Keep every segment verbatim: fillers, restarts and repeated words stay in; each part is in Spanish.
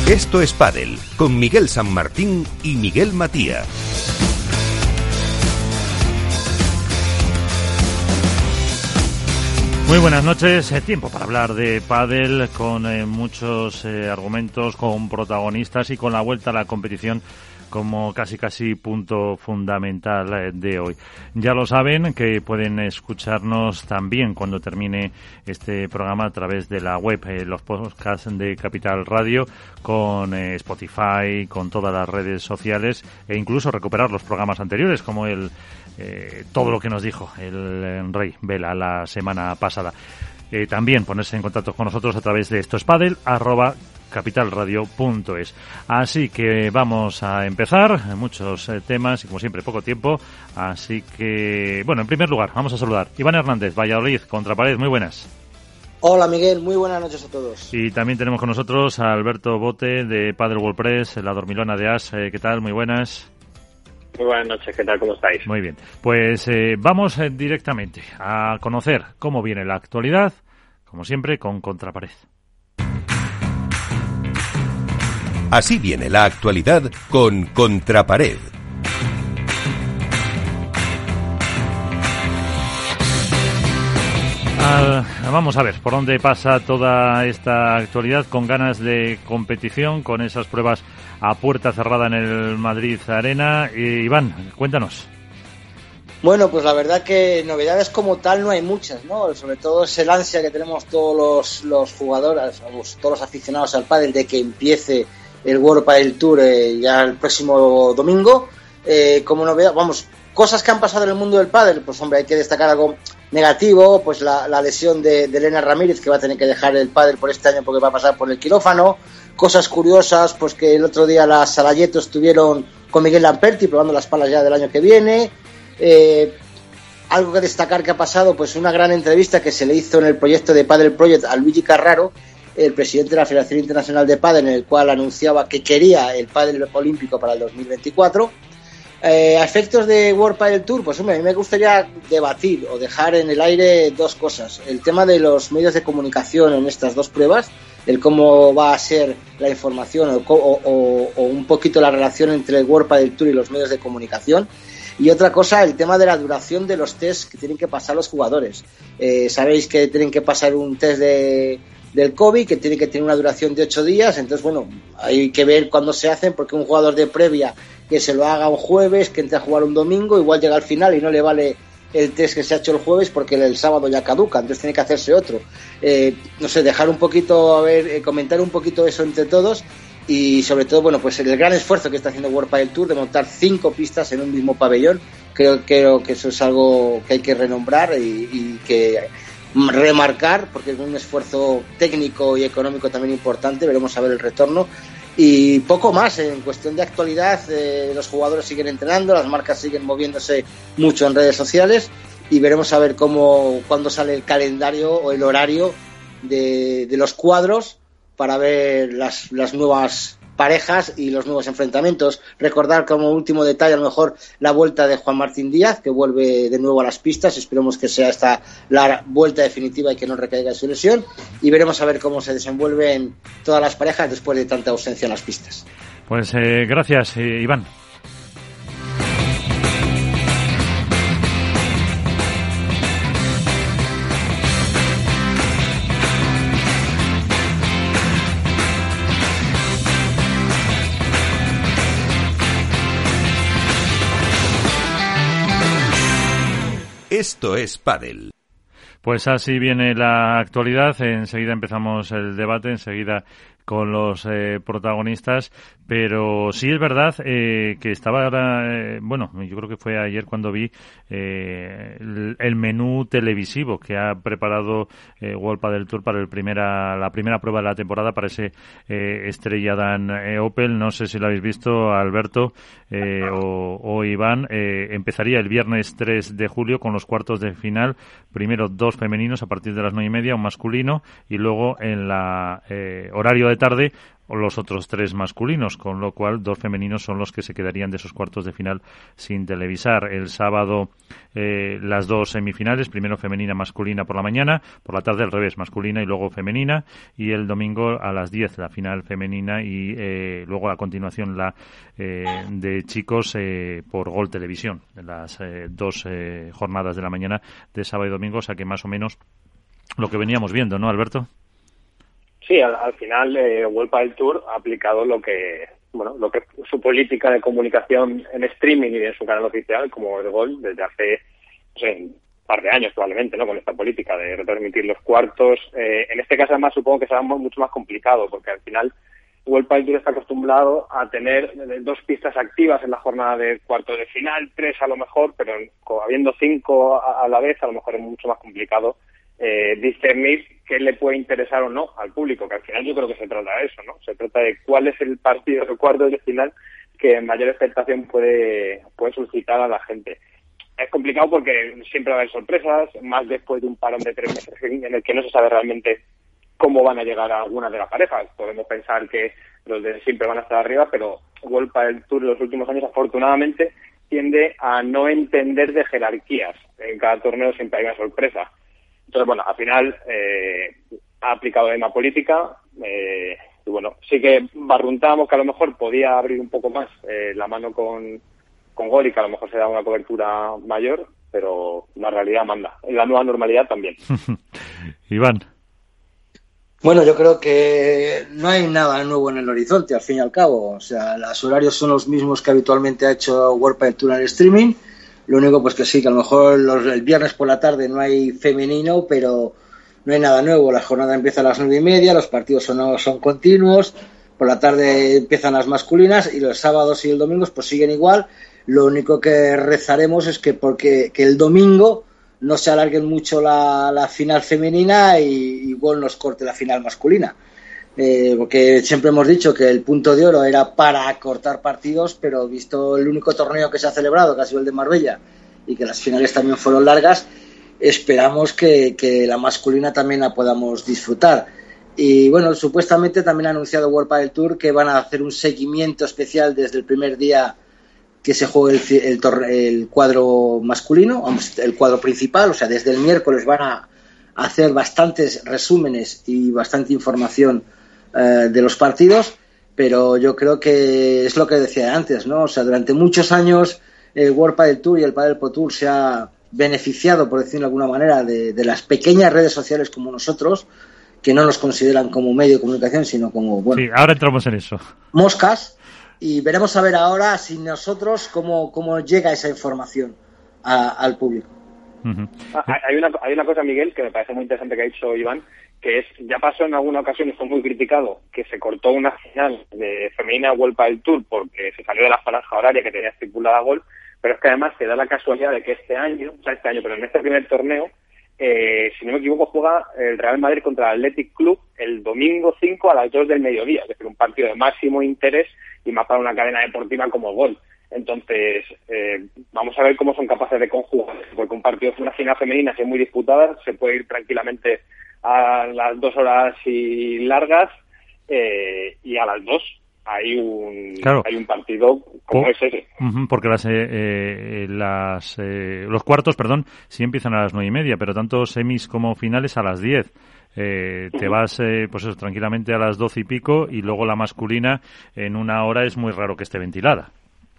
Esto es Pádel, con Miguel San Martín y Miguel Matía. Muy buenas noches, eh, tiempo para hablar de pádel con eh, muchos eh, argumentos, con protagonistas y con la vuelta a la competición como casi casi punto fundamental eh, de hoy. Ya lo saben que pueden escucharnos también cuando termine este programa a través de la web, eh, los podcasts de Capital Radio, con eh, Spotify, con todas las redes sociales e incluso recuperar los programas anteriores como el eh, todo lo que nos dijo el, el Rey Vela la semana pasada. Eh, también ponerse en contacto con nosotros a través de esto es padel arroba capitalradio punto es. Así que vamos a empezar, muchos eh, temas y como siempre poco tiempo, así que bueno, en primer lugar vamos a saludar Iván Hernández, Valladolid, Contrapared, muy buenas. Hola Miguel, muy buenas noches a todos. Y también tenemos con nosotros a Alberto Bote de Padel World Press, la dormilona de As, eh, ¿qué tal? Muy buenas. Muy buenas noches, ¿qué tal? ¿Cómo estáis? Muy bien, pues eh, vamos eh, directamente a conocer cómo viene la actualidad, como siempre con Contrapared. Así viene la actualidad con Contrapared. Al, vamos a ver por dónde pasa toda esta actualidad, con ganas de competición, con esas pruebas a puerta cerrada en el Madrid Arena. Y, Iván, cuéntanos. Bueno, pues la verdad que novedades como tal no hay muchas, ¿no? Sobre todo es el ansia que tenemos todos los, los jugadores, todos los aficionados al pádel de que empiece el World Padel Tour eh, ya el próximo domingo. Eh, como novedad, vamos, cosas que han pasado en el mundo del pádel, pues hombre, hay que destacar algo negativo, pues la, la lesión de, de Elena Ramírez, que va a tener que dejar el pádel por este año porque va a pasar por el quirófano. Cosas curiosas, pues que el otro día las Salayeto estuvieron con Miguel Lamperti probando las palas ya del año que viene. Eh, algo que destacar que ha pasado, pues una gran entrevista que se le hizo en el proyecto de Padel Project a Luigi Carraro, el presidente de la Federación Internacional de Pádel, en el cual anunciaba que quería el pádel olímpico para el dos mil veinticuatro. Eh, a efectos de World Padel Tour, pues hombre, a mí me gustaría debatir o dejar en el aire dos cosas. El tema de los medios de comunicación en estas dos pruebas, el cómo va a ser la información o, o, o un poquito la relación entre el World Padel Tour y los medios de comunicación. Y otra cosa, el tema de la duración de los test que tienen que pasar los jugadores. Eh, sabéis que tienen que pasar un test de, del COVID, que tiene que tener una duración de ocho días. Entonces, bueno, hay que ver cuándo se hacen, porque un jugador de previa que se lo haga un jueves, que entre a jugar un domingo, igual llega al final y no le vale el test que se ha hecho el jueves porque el sábado ya caduca, entonces tiene que hacerse otro. Eh, no sé, dejar un poquito, a ver, eh, comentar un poquito eso entre todos. Y sobre todo, bueno, pues el gran esfuerzo que está haciendo World Padel Tour de montar cinco pistas en un mismo pabellón, creo, creo que eso es algo que hay que renombrar y, y que remarcar, porque es un esfuerzo técnico y económico también importante. Veremos a ver el retorno. Y poco más, en cuestión de actualidad, eh, los jugadores siguen entrenando, las marcas siguen moviéndose mucho en redes sociales y veremos a ver cómo, cuándo sale el calendario o el horario de, de los cuadros para ver las, las nuevas parejas y los nuevos enfrentamientos. Recordar como último detalle a lo mejor la vuelta de Juan Martín Díaz, que vuelve de nuevo a las pistas. Esperemos que sea esta la vuelta definitiva y que no recaiga en su lesión. Y veremos a ver cómo se desenvuelven todas las parejas después de tanta ausencia en las pistas. Pues eh, gracias, eh, Iván. Esto es Pádel. Pues así viene la actualidad. Enseguida empezamos el debate, enseguida con los eh, protagonistas, pero sí es verdad eh, que estaba ahora, eh, bueno, yo creo que fue ayer cuando vi eh, el, el menú televisivo que ha preparado eh, World Padel Tour para el primera, la primera prueba de la temporada, para ese eh, Estrella Dan eh, Opel. No sé si lo habéis visto, Alberto eh, o, o Iván. Eh, empezaría el viernes tres de julio con los cuartos de final. Primero dos femeninos a partir de las nueve y media, un masculino, y luego en la eh, horario de tarde los otros tres masculinos, con lo cual dos femeninos son los que se quedarían de esos cuartos de final sin televisar. El sábado eh, las dos semifinales, primero femenina, masculina por la mañana, por la tarde al revés, masculina y luego femenina, y el domingo a las diez la final femenina y eh, luego a continuación la eh, de chicos eh, por Gol Televisión, las eh, dos eh, jornadas de la mañana de sábado y domingo, o sea que más o menos lo que veníamos viendo, ¿no, Alberto? Sí, al, al final eh, World Padel Tour ha aplicado lo que, bueno, lo que su política de comunicación en streaming y en su canal oficial, como el Gol, desde hace, no sé, un par de años probablemente, ¿no? Con esta política de retransmitir los cuartos. Eh, en este caso, además, supongo que será mucho más complicado, porque al final World Padel Tour está acostumbrado a tener dos pistas activas en la jornada de cuartos de final, tres a lo mejor, pero habiendo cinco a, a la vez, a lo mejor es mucho más complicado eh, discernir qué le puede interesar o no al público, que al final yo creo que se trata de eso, ¿no? Se trata de cuál es el partido de cuartos de final que mayor expectación puede, puede suscitar a la gente. Es complicado porque siempre va a haber sorpresas, más después de un parón de tres meses en el que no se sabe realmente cómo van a llegar a algunas de las parejas. Podemos pensar que los de siempre van a estar arriba, pero World Padel Tour en los últimos años, afortunadamente, tiende a no entender de jerarquías. En cada torneo siempre hay una sorpresa. Entonces, bueno, al final eh, ha aplicado la misma política. Eh, y bueno, sí que barruntábamos que a lo mejor podía abrir un poco más eh, la mano con, con Gol y que a lo mejor se da una cobertura mayor, pero la realidad manda. Y la nueva normalidad también. Iván. Bueno, yo creo que no hay nada nuevo en el horizonte, al fin y al cabo. O sea, los horarios son los mismos que habitualmente ha hecho World Padel Tour en el streaming. Lo único, pues que sí, que a lo mejor los, el viernes por la tarde no hay femenino, pero no hay nada nuevo. La jornada empieza a las nueve y media, los partidos son, son continuos. Por la tarde empiezan las masculinas y los sábados y el domingo pues siguen igual. Lo único que rezaremos es que porque que el domingo no se alarguen mucho la, la final femenina y igual nos corte la final masculina. Eh, porque siempre hemos dicho que el punto de oro era para cortar partidos, pero visto el único torneo que se ha celebrado, que ha sido el de Marbella, y que las finales también fueron largas, esperamos que, que la masculina también la podamos disfrutar. Y bueno, supuestamente también ha anunciado World Padel Tour que van a hacer un seguimiento especial desde el primer día que se juegue el, el, tor- el cuadro masculino, el cuadro principal, o sea, desde el miércoles van a hacer bastantes resúmenes y bastante información eh, de los partidos, pero yo creo que es lo que decía antes, ¿no? O sea, durante muchos años el World Padel Tour y el Padel Pro Tour se ha beneficiado, por decirlo de alguna manera, de, de las pequeñas redes sociales como nosotros, que no nos consideran como medio de comunicación, sino como, bueno... Sí, ahora entramos en eso. Moscas. Y veremos a ver ahora si nosotros cómo, cómo llega esa información a, al público. Uh-huh. Hay una, hay una cosa, Miguel, que me parece muy interesante que ha dicho Iván, que es, ya pasó en alguna ocasión y fue muy criticado, que se cortó una final de femenina World Padel Tour porque se salió de la franja horaria que tenía estipulada Gol, pero es que además se da la casualidad de que este año, o sea, este año, pero en este primer torneo, Eh, si no me equivoco, juega el Real Madrid contra el Athletic Club el domingo cinco a las dos del mediodía, es decir, un partido de máximo interés y más para una cadena deportiva como Gol. Entonces, eh, vamos a ver cómo son capaces de conjugar, porque un partido de una final femenina, si es muy disputada, se puede ir tranquilamente a las dos horas y largas eh, y a las dos hay un claro. hay un partido como Por, es ese. Uh-huh, porque las, eh, eh, las eh, los cuartos, perdón, sí empiezan a las nueve y media, pero tanto semis como finales a las diez. Eh, te vas, eh, pues eso, tranquilamente a las doce y pico y luego la masculina en una hora es muy raro que esté ventilada.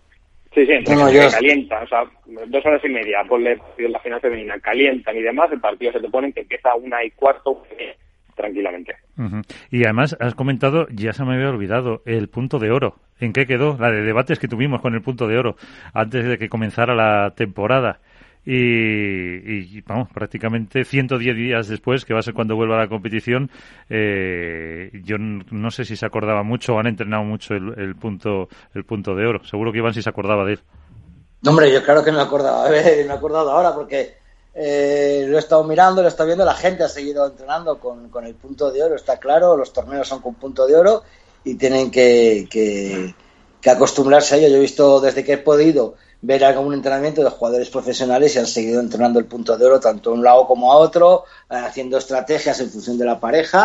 Sí, sí, entonces no, se yo... calienta, o sea, dos horas y media, ponle la final femenina, calientan y demás, el partido se te pone que empieza a una y cuarto, tranquilamente. Uh-huh. Y además has comentado, ya se me había olvidado, el punto de oro. ¿En qué quedó? La de debates que tuvimos con el punto de oro antes de que comenzara la temporada. Y, y vamos, prácticamente ciento diez días después, que va a ser cuando vuelva la competición, eh, yo no sé si se acordaba mucho o han entrenado mucho el, el punto el punto de oro. Seguro que Iván sí se acordaba de él. No, hombre, yo claro que no me acordaba, a ver, me he acordado ahora porque eh, lo he estado mirando, lo he estado viendo, la gente ha seguido entrenando con, con el punto de oro, está claro, los torneos son con punto de oro y tienen que, que, que acostumbrarse a ello. Yo he visto desde que he podido ver algún entrenamiento de jugadores profesionales y han seguido entrenando el punto de oro tanto a un lado como a otro, haciendo estrategias en función de la pareja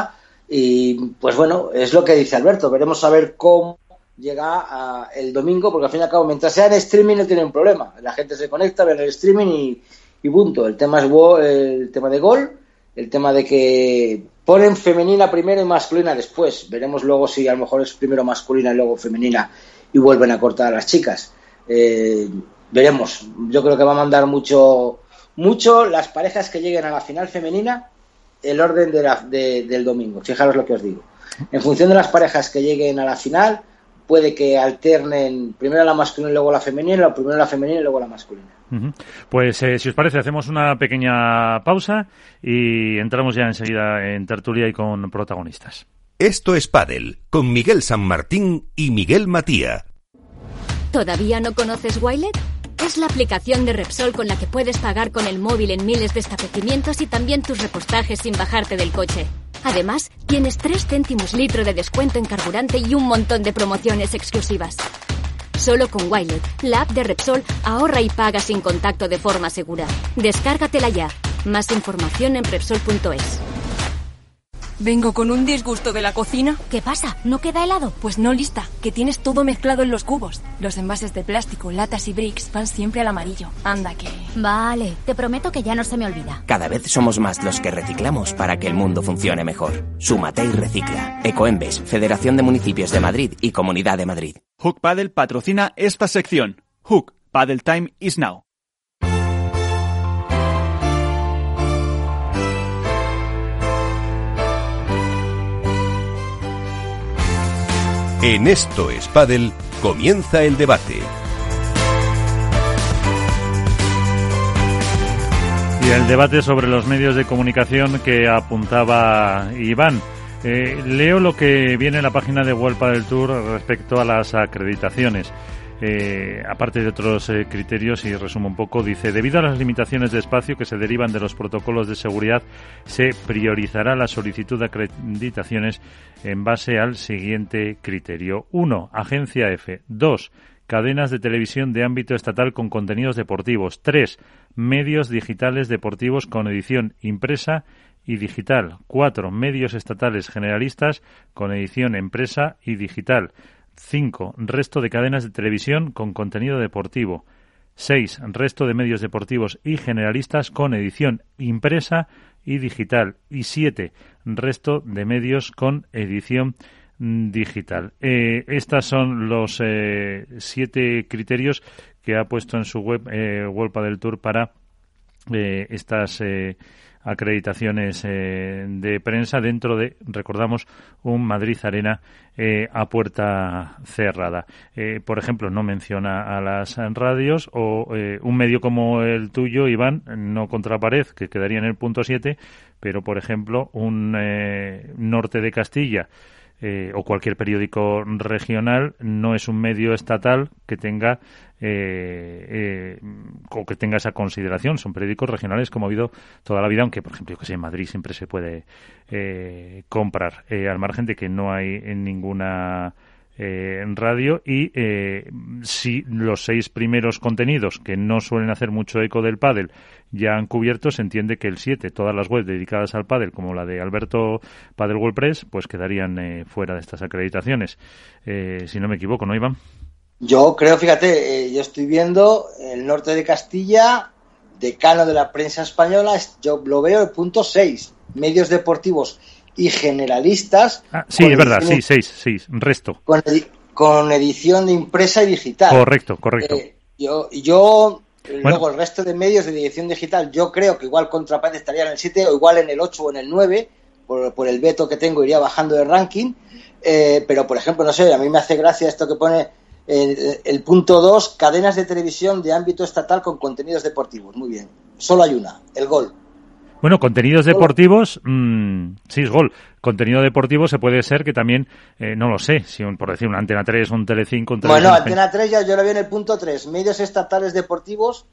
Y pues bueno, es lo que dice Alberto, veremos a ver cómo llega a el domingo, porque al fin y al cabo, mientras sea en streaming no tiene un problema, la gente se conecta, ve el streaming y, y punto. El tema es el tema de gol, el tema de que ponen femenina primero y masculina después, veremos luego si a lo mejor es primero masculina y luego femenina y vuelven a cortar a las chicas. Eh, veremos, yo creo que va a mandar mucho mucho las parejas que lleguen a la final femenina, el orden de la, de, del domingo. Fijaros lo que os digo, en función de las parejas que lleguen a la final puede que alternen primero la masculina y luego la femenina, o primero la femenina y luego la masculina. Uh-huh. Pues eh, si os parece hacemos una pequeña pausa y entramos ya enseguida en tertulia y con protagonistas. Esto es Pádel, con Miguel San Martín y Miguel Matía. ¿Todavía no conoces Wilet? Es la aplicación de Repsol con la que puedes pagar con el móvil en miles de establecimientos y también tus repostajes sin bajarte del coche. Además, tienes tres céntimos litro de descuento en carburante y un montón de promociones exclusivas. Solo con Wilet, la app de Repsol, ahorra y paga sin contacto de forma segura. Descárgatela ya. Más información en Repsol punto es. Vengo con un disgusto de la cocina. ¿Qué pasa? ¿No queda helado? Pues no, lista, que tienes todo mezclado en los cubos. Los envases de plástico, latas y bricks van siempre al amarillo. Anda que... Vale, te prometo que ya no se me olvida. Cada vez somos más los que reciclamos para que el mundo funcione mejor. Súmate y recicla. Ecoembes, Federación de Municipios de Madrid y Comunidad de Madrid. Hook Paddle patrocina esta sección. Hook, Paddle Time is now. En Esto es Pádel, comienza el debate. Y el debate sobre los medios de comunicación que apuntaba Iván. Eh, leo lo que viene en la página de World Padel Tour respecto a las acreditaciones. Eh, aparte de otros eh, criterios, y resumo un poco, dice: debido a las limitaciones de espacio que se derivan de los protocolos de seguridad, se priorizará la solicitud de acreditaciones en base al siguiente criterio. uno. Agencia F. dos. Cadenas de televisión de ámbito estatal con contenidos deportivos. tres. Medios digitales deportivos con edición impresa y digital. cuatro. Medios estatales generalistas con edición impresa y digital. cinco. Resto de cadenas de televisión con contenido deportivo. seis. Resto de medios deportivos y generalistas con edición impresa y digital. Y siete. Resto de medios con edición digital. Eh, estos son los eh, siete criterios que ha puesto en su web eh, World Padel Tour para eh, estas eh, acreditaciones eh, de prensa dentro de, recordamos, un Madrid Arena eh, a puerta cerrada. Eh, por ejemplo, no menciona a las radios o eh, un medio como el tuyo, Iván, no contra pared, que quedaría en el punto siete, pero, por ejemplo, un eh, Norte de Castilla eh, o cualquier periódico regional no es un medio estatal que tenga eh, eh, o que tenga esa consideración. Son periódicos regionales como ha habido toda la vida, aunque, por ejemplo, yo que sé, en Madrid siempre se puede eh, comprar, eh, al margen de que no hay en ninguna eh, radio. Y eh, si los seis primeros contenidos, que no suelen hacer mucho eco del pádel, ya han cubierto, se entiende que el siete, todas las webs dedicadas al pádel, como la de Alberto Padel World Press, pues quedarían eh, fuera de estas acreditaciones. Eh, si no me equivoco, ¿no, Iván? Yo creo, fíjate, eh, yo estoy viendo el Norte de Castilla, decano de la prensa española, yo lo veo el punto seis, medios deportivos y generalistas. Ah, sí, es verdad, sí, seis, seis, resto. Con, edi- con edición de impresa y digital. Correcto, correcto. Eh, yo, yo bueno. Luego el resto de medios de edición digital, yo creo que igual Contrapad estaría en el siete o igual en el ocho o en el nueve, por, por el veto que tengo iría bajando de ranking, eh, pero por ejemplo, no sé, a mí me hace gracia esto que pone el, el punto dos, cadenas de televisión de ámbito estatal con contenidos deportivos. Muy bien, solo hay una, el Gol. Bueno, contenidos deportivos, mmm, sí, es Gol. Contenido deportivo se puede ser que también, eh, no lo sé, si un, por decir una Antena tres, un Telecinco, un Telecinco. Bueno, Antena tres ya yo lo vi en el punto tres, medios estatales deportivos,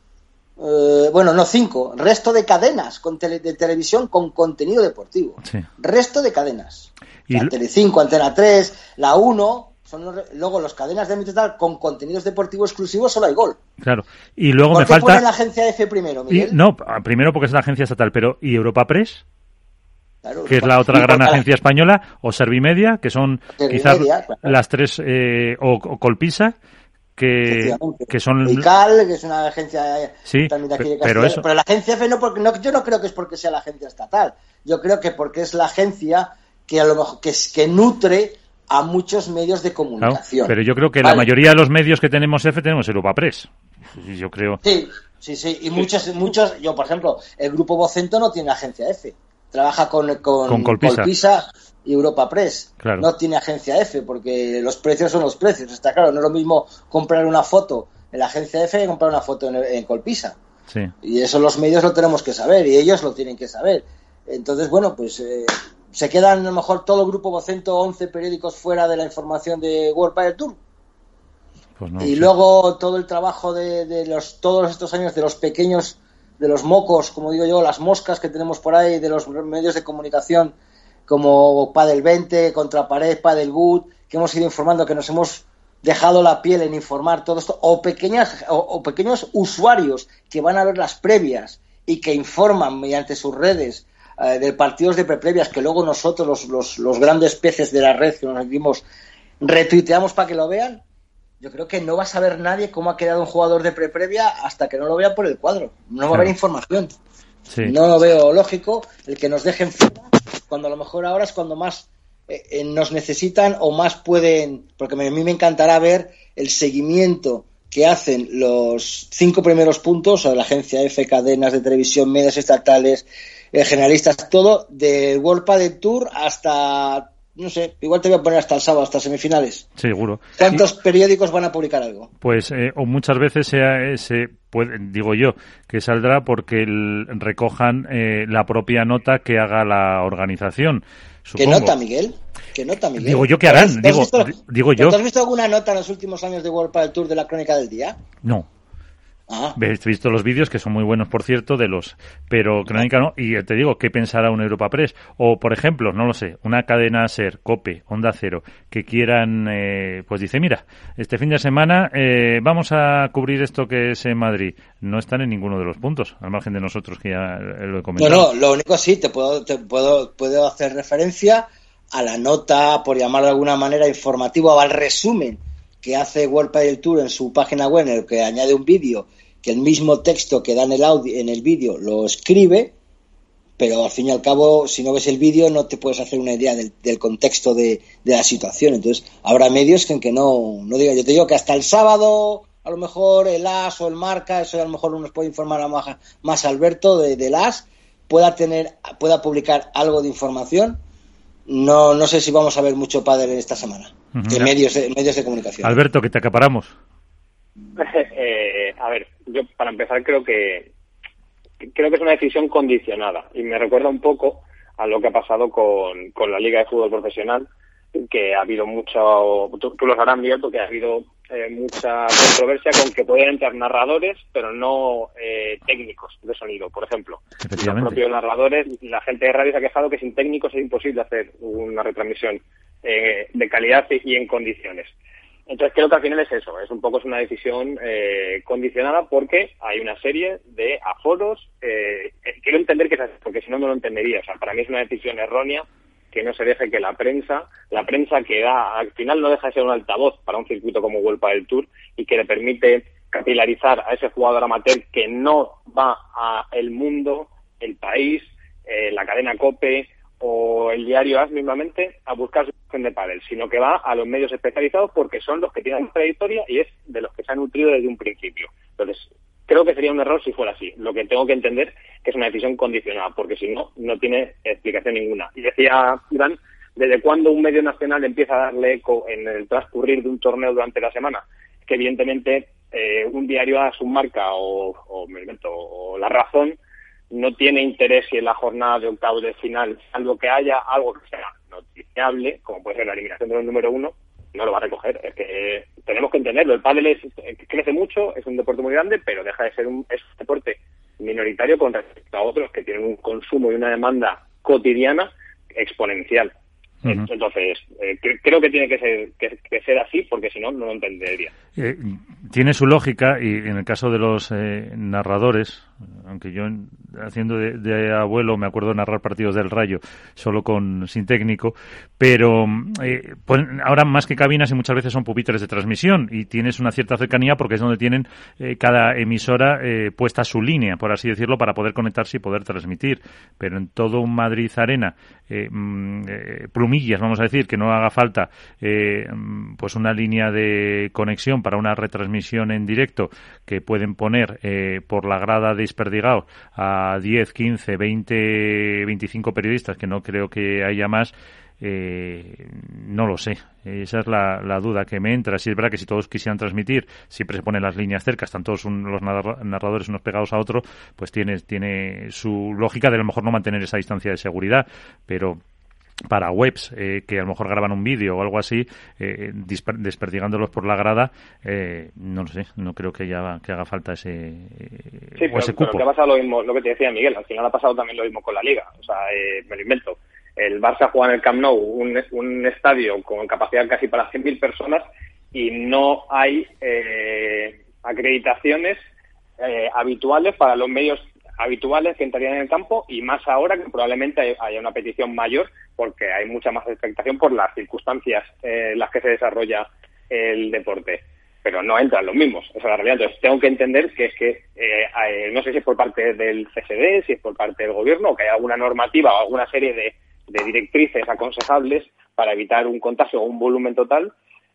eh, bueno, no cinco, resto de cadenas con tele, de televisión con contenido deportivo. Sí. Resto de cadenas. Y... O sea, Telecinco, Antena tres, la uno... Son los, luego los cadenas de ámbito estatal con contenidos deportivos exclusivos, solo hay Gol. Claro. Y luego ¿Por me qué falta. Pone la agencia F primero, Miguel? Y, no, primero porque es la agencia estatal, pero ¿y Europa Press? Claro, que es la otra gran agencia la... española, o Servimedia, que son Servimedia, quizás claro. las tres, eh, o, o Colpisa, que, que son... I C A L, que es una agencia sí, también de aquí de pero, eso... pero la agencia F no, porque no, yo no creo que es porque sea la agencia estatal, yo creo que porque es la agencia que a lo mejor que, que nutre a muchos medios de comunicación. Claro, pero yo creo que vale. la mayoría de los medios que tenemos F tenemos Europa Press. Yo creo. Sí, sí, sí. Y muchos, muchos, yo por ejemplo, el grupo Vocento no tiene agencia F. Trabaja con, con, con Colpisa. Colpisa y Europa Press. Claro. No tiene agencia F porque los precios son los precios. Está claro, no es lo mismo comprar una foto en la agencia F que comprar una foto en, en Colpisa. Sí. Y eso los medios lo tenemos que saber y ellos lo tienen que saber. Entonces, bueno, pues eh, se quedan a lo mejor todo el grupo Vocento, once periódicos fuera de la información de World Padel Tour. Pues no, y sí. luego todo el trabajo de, de los todos estos años de los pequeños, de los mocos, como digo yo, las moscas que tenemos por ahí, de los medios de comunicación como Padel veinte, Contrapared, Padel Good, que hemos ido informando, que nos hemos dejado la piel en informar todo esto, o pequeñas o, o pequeños usuarios que van a ver las previas y que informan mediante sus redes eh, de partidos de preprevias, que luego nosotros, los, los, los grandes peces de la red que nos dimos, retuiteamos para que lo vean. Yo creo que no va a saber nadie cómo ha quedado un jugador de preprevia hasta que no lo vea por el cuadro. No va claro. a haber información. Sí. No lo veo lógico el que nos dejen fuera, cuando a lo mejor ahora es cuando más eh, eh, nos necesitan o más pueden, porque me, a mí me encantará ver el seguimiento que hacen los cinco primeros puntos, o de la agencia F, cadenas de televisión, medios estatales, eh, generalistas, todo, del World Padel Tour hasta... No sé, igual te voy a poner hasta el sábado, hasta semifinales. Seguro. ¿Cuántos sí. periódicos van a publicar algo? Pues, eh, o muchas veces se, se puede, digo yo, que saldrá porque el, recojan eh, la propia nota que haga la organización. Supongo. ¿Qué nota, Miguel? ¿Qué nota, Miguel? Digo yo que harán, digo, visto, digo yo. ¿Has visto alguna nota en los últimos años de World Padel Tour de la Crónica del Día? No. Ah. He visto los vídeos, que son muy buenos, por cierto, de los... Pero Crónica no. Y te digo, ¿qué pensará una Europa Press? O, por ejemplo, no lo sé, una cadena SER, COPE, Onda Cero, que quieran... Eh, pues dice, mira, este fin de semana eh, vamos a cubrir esto que es en Madrid. No están en ninguno de los puntos, al margen de nosotros, que ya lo he comentado. No, no, lo único sí, te puedo, te puedo, puedo hacer referencia a la nota, por llamarlo de alguna manera, informativa, o al resumen que hace World Padel Tour en su página web, en el que añade un vídeo, que el mismo texto que da en el audio, en el vídeo lo escribe, pero al fin y al cabo, si no ves el vídeo, no te puedes hacer una idea del, del contexto de, de la situación. Entonces, habrá medios que en que no, no diga. Yo te digo que hasta el sábado, a lo mejor el A S o el Marca, eso a lo mejor nos puede informar a más, más Alberto de, del A S, pueda tener, pueda publicar algo de información. No, no sé si vamos a ver mucho pádel en esta semana, uh-huh. de medios de, medios de comunicación. Alberto, que te acaparamos. eh, a ver, yo para empezar creo que creo que es una decisión condicionada y me recuerda un poco a lo que ha pasado con, con la Liga de Fútbol Profesional, que ha habido mucho, tú, tú lo sabrás, Miguel, porque ha habido eh, mucha controversia con que pueden entrar narradores, pero no eh, técnicos de sonido, por ejemplo. Los propios narradores, la gente de radio se ha quejado que sin técnicos es imposible hacer una retransmisión eh, de calidad y en condiciones. Entonces creo que al final es eso, es un poco es una decisión eh, condicionada porque hay una serie de aforos, eh, quiero entender que es así, porque si no, no lo entendería. O sea, para mí es una decisión errónea que no se deje que la prensa, la prensa que da, al final no deja de ser un altavoz para un circuito como World Padel Tour y que le permite capilarizar a ese jugador amateur que no va a El Mundo, El País, eh, la cadena COPE o el diario A S mismamente a buscar su opción de pádel, sino que va a los medios especializados porque son los que tienen trayectoria y es de los que se han nutrido desde un principio. Entonces, creo que sería un error si fuera así. Lo que tengo que entender que es una decisión condicionada, porque si no, no tiene explicación ninguna. Y decía Iván, ¿desde cuándo un medio nacional empieza a darle eco en el transcurrir de un torneo durante la semana? Que evidentemente eh, un diario A S, un Marca o, o, me invento, o La Razón no tiene interés si en la jornada de octavos de final, salvo que haya algo que sea noticiable, como puede ser la eliminación de los número uno, no lo va a recoger. Es que eh, tenemos que entenderlo. El pádel es, eh, crece mucho, es un deporte muy grande, pero deja de ser un, es un deporte minoritario con respecto a otros que tienen un consumo y una demanda cotidiana exponencial. Uh-huh. Entonces, eh, cre- creo que tiene que ser que, que ser así, porque si no, no lo entendería. Eh, tiene su lógica, y en el caso de los eh, narradores, aunque yo haciendo de, de abuelo me acuerdo de narrar partidos del Rayo solo con sin técnico, pero eh, pues ahora más que cabinas y muchas veces son pupitres de transmisión y tienes una cierta cercanía porque es donde tienen eh, cada emisora eh, puesta su línea, por así decirlo, para poder conectarse y poder transmitir, pero en todo un Madrid Arena eh, eh, plumillas, vamos a decir, que no haga falta eh, pues una línea de conexión para una retransmisión en directo que pueden poner eh, por la grada de Desperdigado a diez, quince, veinte, veinticinco periodistas, que no creo que haya más, eh, no lo sé. Esa es la, la duda que me entra. Si es verdad que si todos quisieran transmitir, siempre se ponen las líneas cerca, están todos un, los narradores unos pegados a otro, pues tiene, tiene su lógica de a lo mejor no mantener esa distancia de seguridad, pero para webs eh, que a lo mejor graban un vídeo o algo así, eh, disper- desperdigándolos por la grada, eh, no lo sé, no creo que, haya, que haga falta ese, eh, sí, pero, ese cupo. Pero que ha pasado lo mismo, lo que te decía Miguel, al final ha pasado también lo mismo con la Liga, o sea, eh, me lo invento. El Barça juega en el Camp Nou, un, un estadio con capacidad casi para cien mil personas y no hay eh, acreditaciones eh, habituales para los medios habituales que entrarían en el campo y más ahora que probablemente haya una petición mayor porque hay mucha más expectación por las circunstancias eh, en las que se desarrolla el deporte. Pero no entran los mismos, esa es la realidad. Entonces tengo que entender que es que, eh, eh, no sé si es por parte del C S D, si es por parte del gobierno, o que hay alguna normativa o alguna serie de, de directrices aconsejables para evitar un contagio o un volumen total,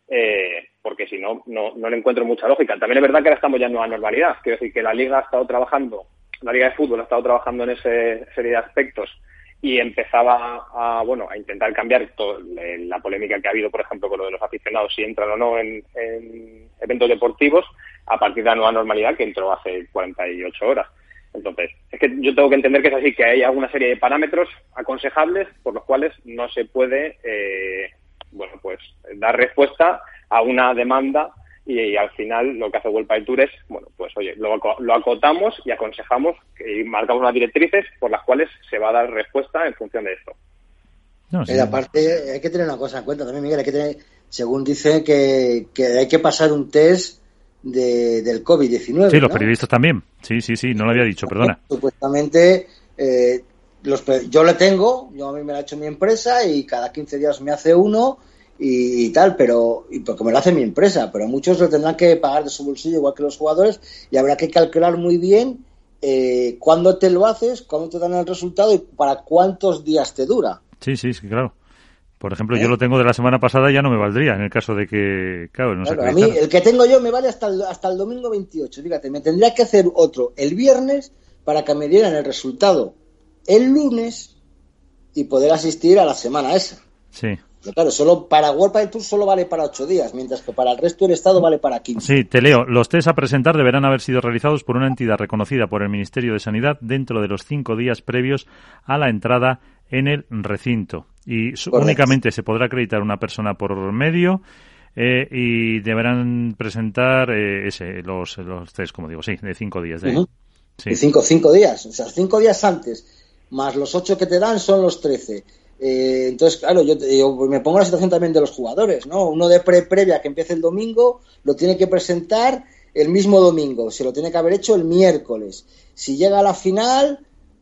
eh, porque si no, no, no le encuentro mucha lógica. También es verdad que ahora estamos ya en nueva normalidad, quiero decir que la Liga ha estado trabajando la Liga de Fútbol ha estado trabajando en esa serie de aspectos y empezaba a, bueno, a intentar cambiar todo, la polémica que ha habido, por ejemplo, con lo de los aficionados, si entran o no en, en eventos deportivos, a partir de la nueva normalidad que entró hace cuarenta y ocho horas. Entonces, es que yo tengo que entender que es así, que hay alguna serie de parámetros aconsejables por los cuales no se puede, eh, bueno, pues dar respuesta a una demanda. Y, y al final lo que hace World Padel Tour es, bueno, pues oye, lo, lo acotamos y aconsejamos y marcamos unas directrices por las cuales se va a dar respuesta en función de esto. No, sí. Y aparte hay que tener una cosa en cuenta también, Miguel, hay que tener, según dice, que, que hay que pasar un test de, del COVID diecinueve. Sí, los ¿no? periodistas también. Sí, sí, sí, no lo había dicho, perdona. Supuestamente, eh, los, yo le tengo, yo a mí me lo ha hecho mi empresa y cada quince días me hace uno. Y, y tal, pero y porque me lo hace mi empresa, pero muchos lo tendrán que pagar de su bolsillo igual que los jugadores y habrá que calcular muy bien eh, cuándo te lo haces, cuándo te dan el resultado y para cuántos días te dura. Sí, sí, sí, claro. Por ejemplo, ¿Eh? yo lo tengo de la semana pasada, ya no me valdría en el caso de que, claro, no claro, se a mí el que tengo yo me vale hasta el, hasta el domingo veintiocho, fíjate, me tendría que hacer otro el viernes para que me dieran el resultado el lunes y poder asistir a la semana esa. Sí. Pero claro, solo para World Padel Tour solo vale para ocho días, mientras que para el resto del Estado vale para quince. Sí, te leo. Los test a presentar deberán haber sido realizados por una entidad reconocida por el Ministerio de Sanidad dentro de los cinco días previos a la entrada en el recinto. Y Correcto. únicamente se podrá acreditar una persona por medio eh, y deberán presentar eh, ese, los, los test, como digo, sí, de cinco días. De, uh-huh. sí. de cinco, cinco días, o sea, cinco días antes, más los ocho que te dan son los trece. Eh, entonces, claro, yo, yo me pongo en la situación también de los jugadores, ¿no? Uno de pre previa que empiece el domingo lo tiene que presentar el mismo domingo, se lo tiene que haber hecho el miércoles. Si llega a la final,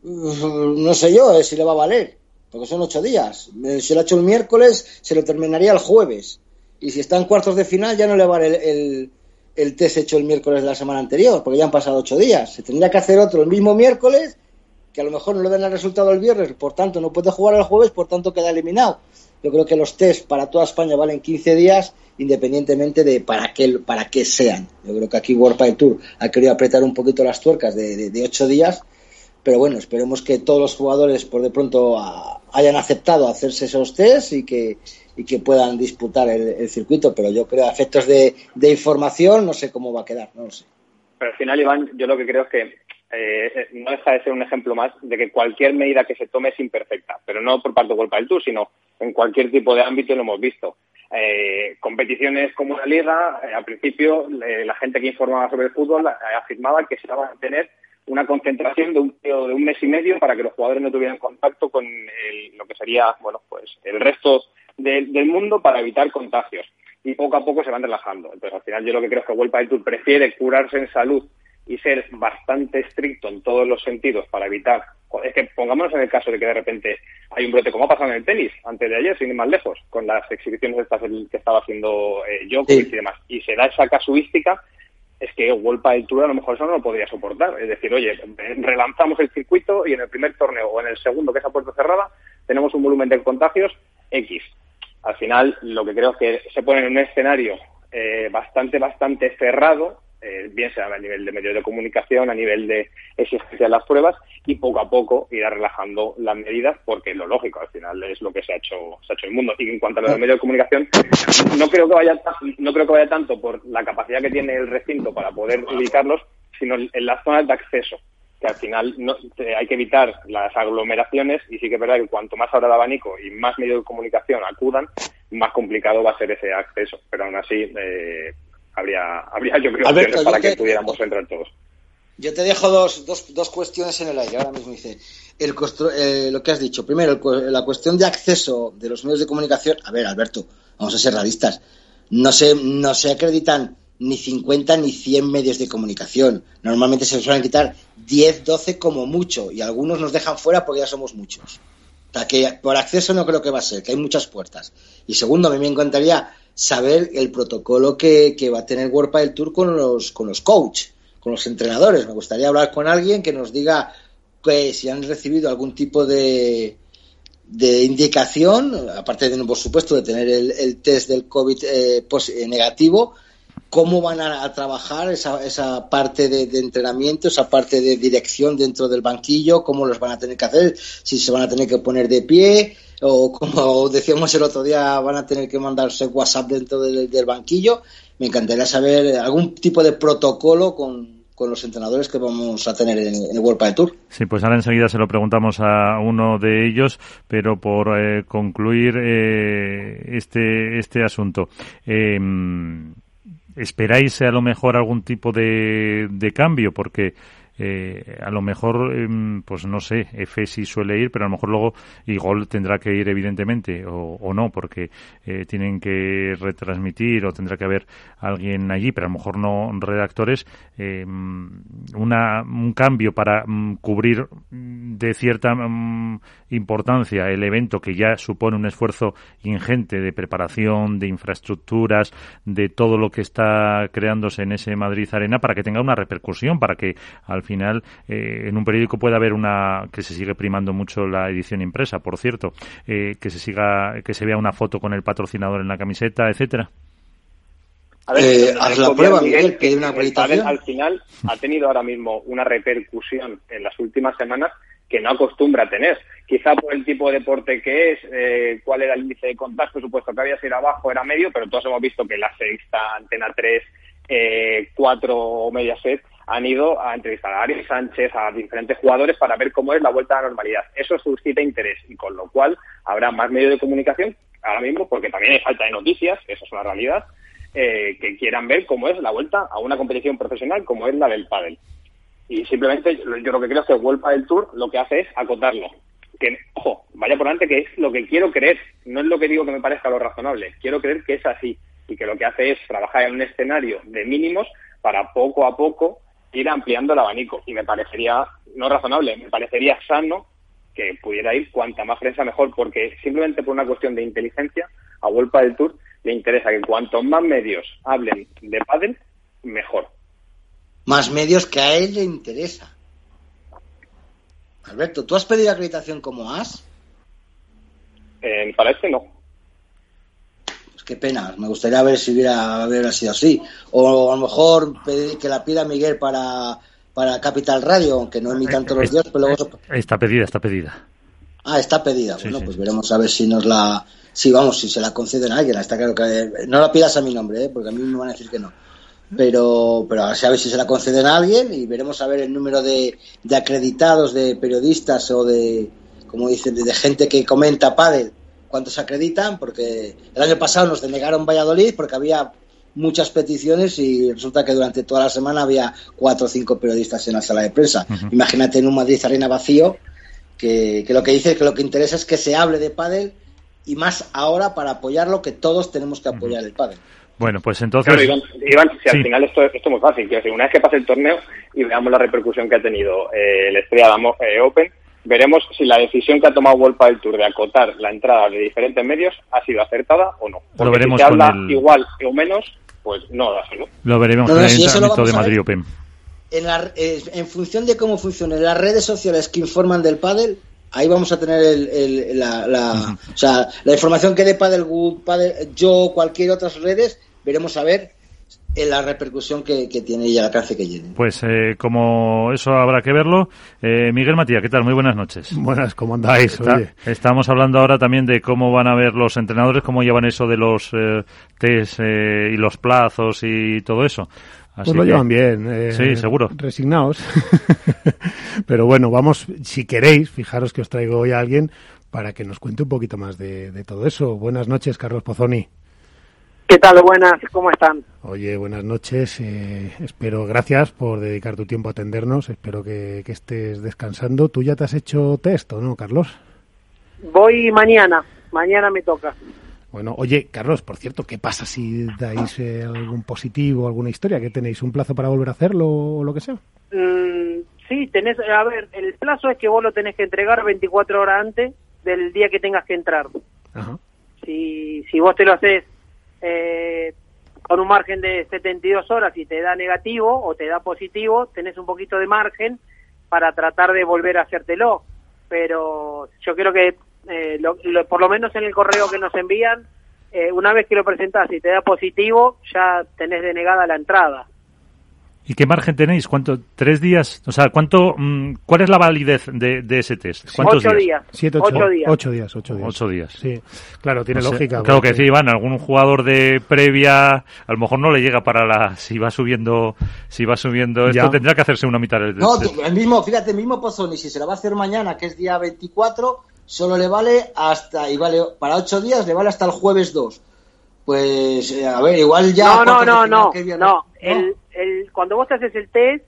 no sé yo eh, si le va a valer, porque son ocho días. Si lo ha hecho el miércoles, se lo terminaría el jueves. Y si está en cuartos de final, ya no le vale el, el, el test hecho el miércoles de la semana anterior, porque ya han pasado ocho días. Se tendría que hacer otro el mismo miércoles, que a lo mejor no le dan el resultado el viernes, por tanto no puede jugar el jueves, por tanto queda eliminado. Yo creo que los test para toda España valen quince días, independientemente de para qué para qué sean. Yo creo que aquí World Padel Tour ha querido apretar un poquito las tuercas de, de, de ocho días, pero bueno, esperemos que todos los jugadores por de pronto a, hayan aceptado hacerse esos test y que y que puedan disputar el, el circuito, pero yo creo a efectos de, de información no sé cómo va a quedar, no lo sé. Pero al final, Iván, yo lo que creo es que Eh, no deja de ser un ejemplo más de que cualquier medida que se tome es imperfecta, pero no por parte de World Padel Tour, sino en cualquier tipo de ámbito lo hemos visto. Eh, competiciones como la Liga, eh, al principio eh, la gente que informaba sobre el fútbol eh, afirmaba que se iba a tener una concentración de un periodo de un mes y medio para que los jugadores no tuvieran contacto con el, lo que sería, bueno, pues el resto de, del mundo para evitar contagios. Y poco a poco se van relajando. Entonces, al final yo lo que creo es que World Padel Tour prefiere curarse en salud y ser bastante estricto en todos los sentidos para evitar, es que pongámonos en el caso de que de repente hay un brote, como ha pasado en el tenis antes de ayer, sin ir más lejos, con las exhibiciones estas que estaba haciendo eh, Djokovic sí. y demás, y se da esa casuística, es que World Padel Tour a lo mejor eso no lo podría soportar. Es decir, oye, relanzamos el circuito y en el primer torneo o en el segundo, que es a puerta cerrada, tenemos un volumen de contagios X. Al final, lo que creo es que se pone en un escenario eh, bastante, bastante cerrado, eh, bien sea a nivel de medios de comunicación, a nivel de exigencia de las pruebas, y poco a poco irá relajando las medidas, porque lo lógico, al final, es lo que se ha hecho se ha hecho el mundo. Y en cuanto a los medios de comunicación, no creo que vaya no creo que vaya tanto por la capacidad que tiene el recinto para poder ubicarlos, sino en las zonas de acceso, que al final no, hay que evitar las aglomeraciones, y sí que es verdad que cuanto más abra el abanico y más medios de comunicación acudan, más complicado va a ser ese acceso. Pero aún así, eh, habría, habría yo creo, Alberto, opciones para yo te, que pudiéramos entrar todos. Yo te dejo dos, dos, dos cuestiones en el aire ahora mismo. Dice, el costro, eh, lo que has dicho. Primero, el, la cuestión de acceso de los medios de comunicación. A ver, Alberto, vamos a ser realistas. No se, no se acreditan ni cincuenta ni cien medios de comunicación. Normalmente se suelen quitar diez, doce como mucho, y algunos nos dejan fuera porque ya somos muchos. O sea, que por acceso no creo que va a ser, que hay muchas puertas. Y segundo, a mí me encantaría saber el protocolo que, que va a tener World Padel Tour con los, con los coaches, con los entrenadores. Me gustaría hablar con alguien que nos diga que si han recibido algún tipo de de indicación, aparte de, por supuesto, de tener el, el test del COVID eh, pos, eh, negativo, cómo van a, a trabajar esa, esa parte de, de entrenamiento, esa parte de dirección dentro del banquillo, cómo los van a tener que hacer, si se van a tener que poner de pie, o como decíamos el otro día, van a tener que mandarse WhatsApp dentro del, del banquillo. Me encantaría saber algún tipo de protocolo con con los entrenadores que vamos a tener en, en el World Padel Tour. Sí, pues ahora enseguida se lo preguntamos a uno de ellos, pero por eh, concluir eh, este este asunto, eh, ¿esperáis a lo mejor algún tipo de, de cambio? Porque Eh, a lo mejor, eh, pues no sé, F sí suele ir, pero a lo mejor luego Igol tendrá que ir evidentemente, o, o no, porque eh, tienen que retransmitir o tendrá que haber alguien allí, pero a lo mejor no redactores. Eh, una, un cambio para um, cubrir de cierta um, importancia el evento, que ya supone un esfuerzo ingente de preparación, de infraestructuras, de todo lo que está creándose en ese Madrid Arena, para que tenga una repercusión, para que al final eh, en un periódico puede haber una, que se sigue primando mucho la edición impresa, por cierto, eh, que se siga, que se vea una foto con el patrocinador en la camiseta, etcétera. A ver, eh, haz la prueba, Miguel, que hay una acreditación. Al final ha tenido ahora mismo una repercusión en las últimas semanas que no acostumbra a tener. Quizá por el tipo de deporte que es, eh, cuál era el índice de contacto, supuesto que había sido abajo, era medio, pero todos hemos visto que la Sexta, Antena tres, eh, cuatro o Mediaset han ido a entrevistar a Ari Sánchez, a diferentes jugadores, para ver cómo es la vuelta a la normalidad. Eso suscita interés, y con lo cual habrá más medios de comunicación ahora mismo, porque también hay falta de noticias, eso es una realidad, eh, que quieran ver cómo es la vuelta a una competición profesional como es la del pádel. Y simplemente yo lo que creo es que el World Padel Tour lo que hace es acotarlo. Que, ojo, vaya por delante que es lo que quiero creer, no es lo que digo que me parezca lo razonable, quiero creer que es así, y que lo que hace es trabajar en un escenario de mínimos para poco a poco ir ampliando el abanico. Y me parecería no razonable, me parecería sano que pudiera ir cuanta más prensa mejor, porque simplemente por una cuestión de inteligencia a World Padel Tour le interesa que cuantos más medios hablen de pádel, mejor. Más medios que a él le interesa. Alberto, ¿tú has pedido acreditación como as? Eh, para este no. Pues qué pena, me gustaría ver si hubiera, hubiera sido así. O a lo mejor pedir que la pida Miguel para, para Capital Radio, aunque no emitan todos los días, pero luego... Está pedida, está pedida. Ah, está pedida. Sí, bueno, sí, pues sí. veremos a ver si nos la... Sí, vamos, si se la conceden a alguien. Está claro que... No la pidas a mi nombre, ¿eh? Porque a mí me van a decir que no. Pero pero a ver si se la conceden a alguien, y veremos a ver el número de, de acreditados, de periodistas o de, como dicen, de, de gente que comenta pádel, cuántos se acreditan, porque el año pasado nos denegaron Valladolid porque había muchas peticiones y resulta que durante toda la semana había cuatro o cinco periodistas en la sala de prensa. Uh-huh. Imagínate en un Madrid Arena vacío, que, que lo que dice que lo que interesa es que se hable de pádel, y más ahora para apoyarlo, que todos tenemos que apoyar uh-huh. el pádel. Bueno, pues entonces... Claro, Iván, Iván si sí. al final esto, esto es muy fácil. Quiero decir, una vez que pase el torneo y veamos la repercusión que ha tenido eh, el Estrella Damm eh, Open, veremos si la decisión que ha tomado World Padel Tour de acotar la entrada de diferentes medios ha sido acertada o no. Porque lo veremos si se habla con el... igual o menos, pues no da solo. Lo veremos no, con no, el si entrenamiento de Madrid Open. En, la, eh, en función de cómo funcionen las redes sociales que informan del pádel, ahí vamos a tener el, el, la, la, uh-huh. o sea, la información que dé Padelwood, Padel, yo, cualquier otras redes, veremos a ver en la repercusión que, que tiene y el alcance que tiene. Pues eh, como eso habrá que verlo. Eh, Miguel Matías, ¿qué tal? Muy buenas noches. Buenas, ¿cómo andáis? Está, Oye. Estamos hablando ahora también de cómo van a ver los entrenadores, cómo llevan eso de los eh, test eh, y los plazos y todo eso. Así pues lo que, llevan bien. Eh, sí, seguro. Resignados. Pero bueno, vamos, si queréis, fijaros que os traigo hoy a alguien para que nos cuente un poquito más de, de todo eso. Buenas noches, Carlos Pozzoni. ¿Qué tal? Buenas, ¿cómo están? Oye, buenas noches. Eh, espero, gracias por dedicar tu tiempo a atendernos. Espero que, que estés descansando. ¿Tú ya te has hecho test o no, Carlos? Voy mañana. Mañana me toca. Bueno, oye, Carlos, por cierto, ¿qué pasa si dais eh, algún positivo, alguna historia? ¿Que tenéis un plazo para volver a hacerlo o lo que sea? Mm, sí, tenés, a ver, el plazo es que vos lo tenés que entregar veinticuatro horas antes del día que tengas que entrar. Ajá. Si, si vos te lo haces eh, con un margen de setenta y dos horas y te da negativo o te da positivo, tenés un poquito de margen para tratar de volver a hacértelo. Pero yo creo que Eh, lo, lo, por lo menos en el correo que nos envían, eh, una vez que lo presentás y te da positivo, ya tenés denegada la entrada. ¿Y qué margen tenéis? ¿Cuánto? ¿Tres días? O sea, ¿cuánto? Mmm, ¿cuál es la validez de, de ese test? ¿Cuántos ocho días? días. Siete, ocho, ocho días. Ocho días, ocho días. Ocho días. Sí, claro, tiene o sea, lógica. Claro porque... que sí, Iván, algún jugador de previa, a lo mejor no le llega para la, si va subiendo, si va subiendo esto, ya. Tendrá que hacerse una mitad del No, test. el mismo, fíjate, el mismo Pozzoni, si se la va a hacer mañana, que es día veinticuatro, solo le vale hasta, y vale, para ocho días le vale hasta el jueves dos. Pues, eh, a ver, igual ya... No, no, no, no, no, no. El, el, cuando vos te haces el test,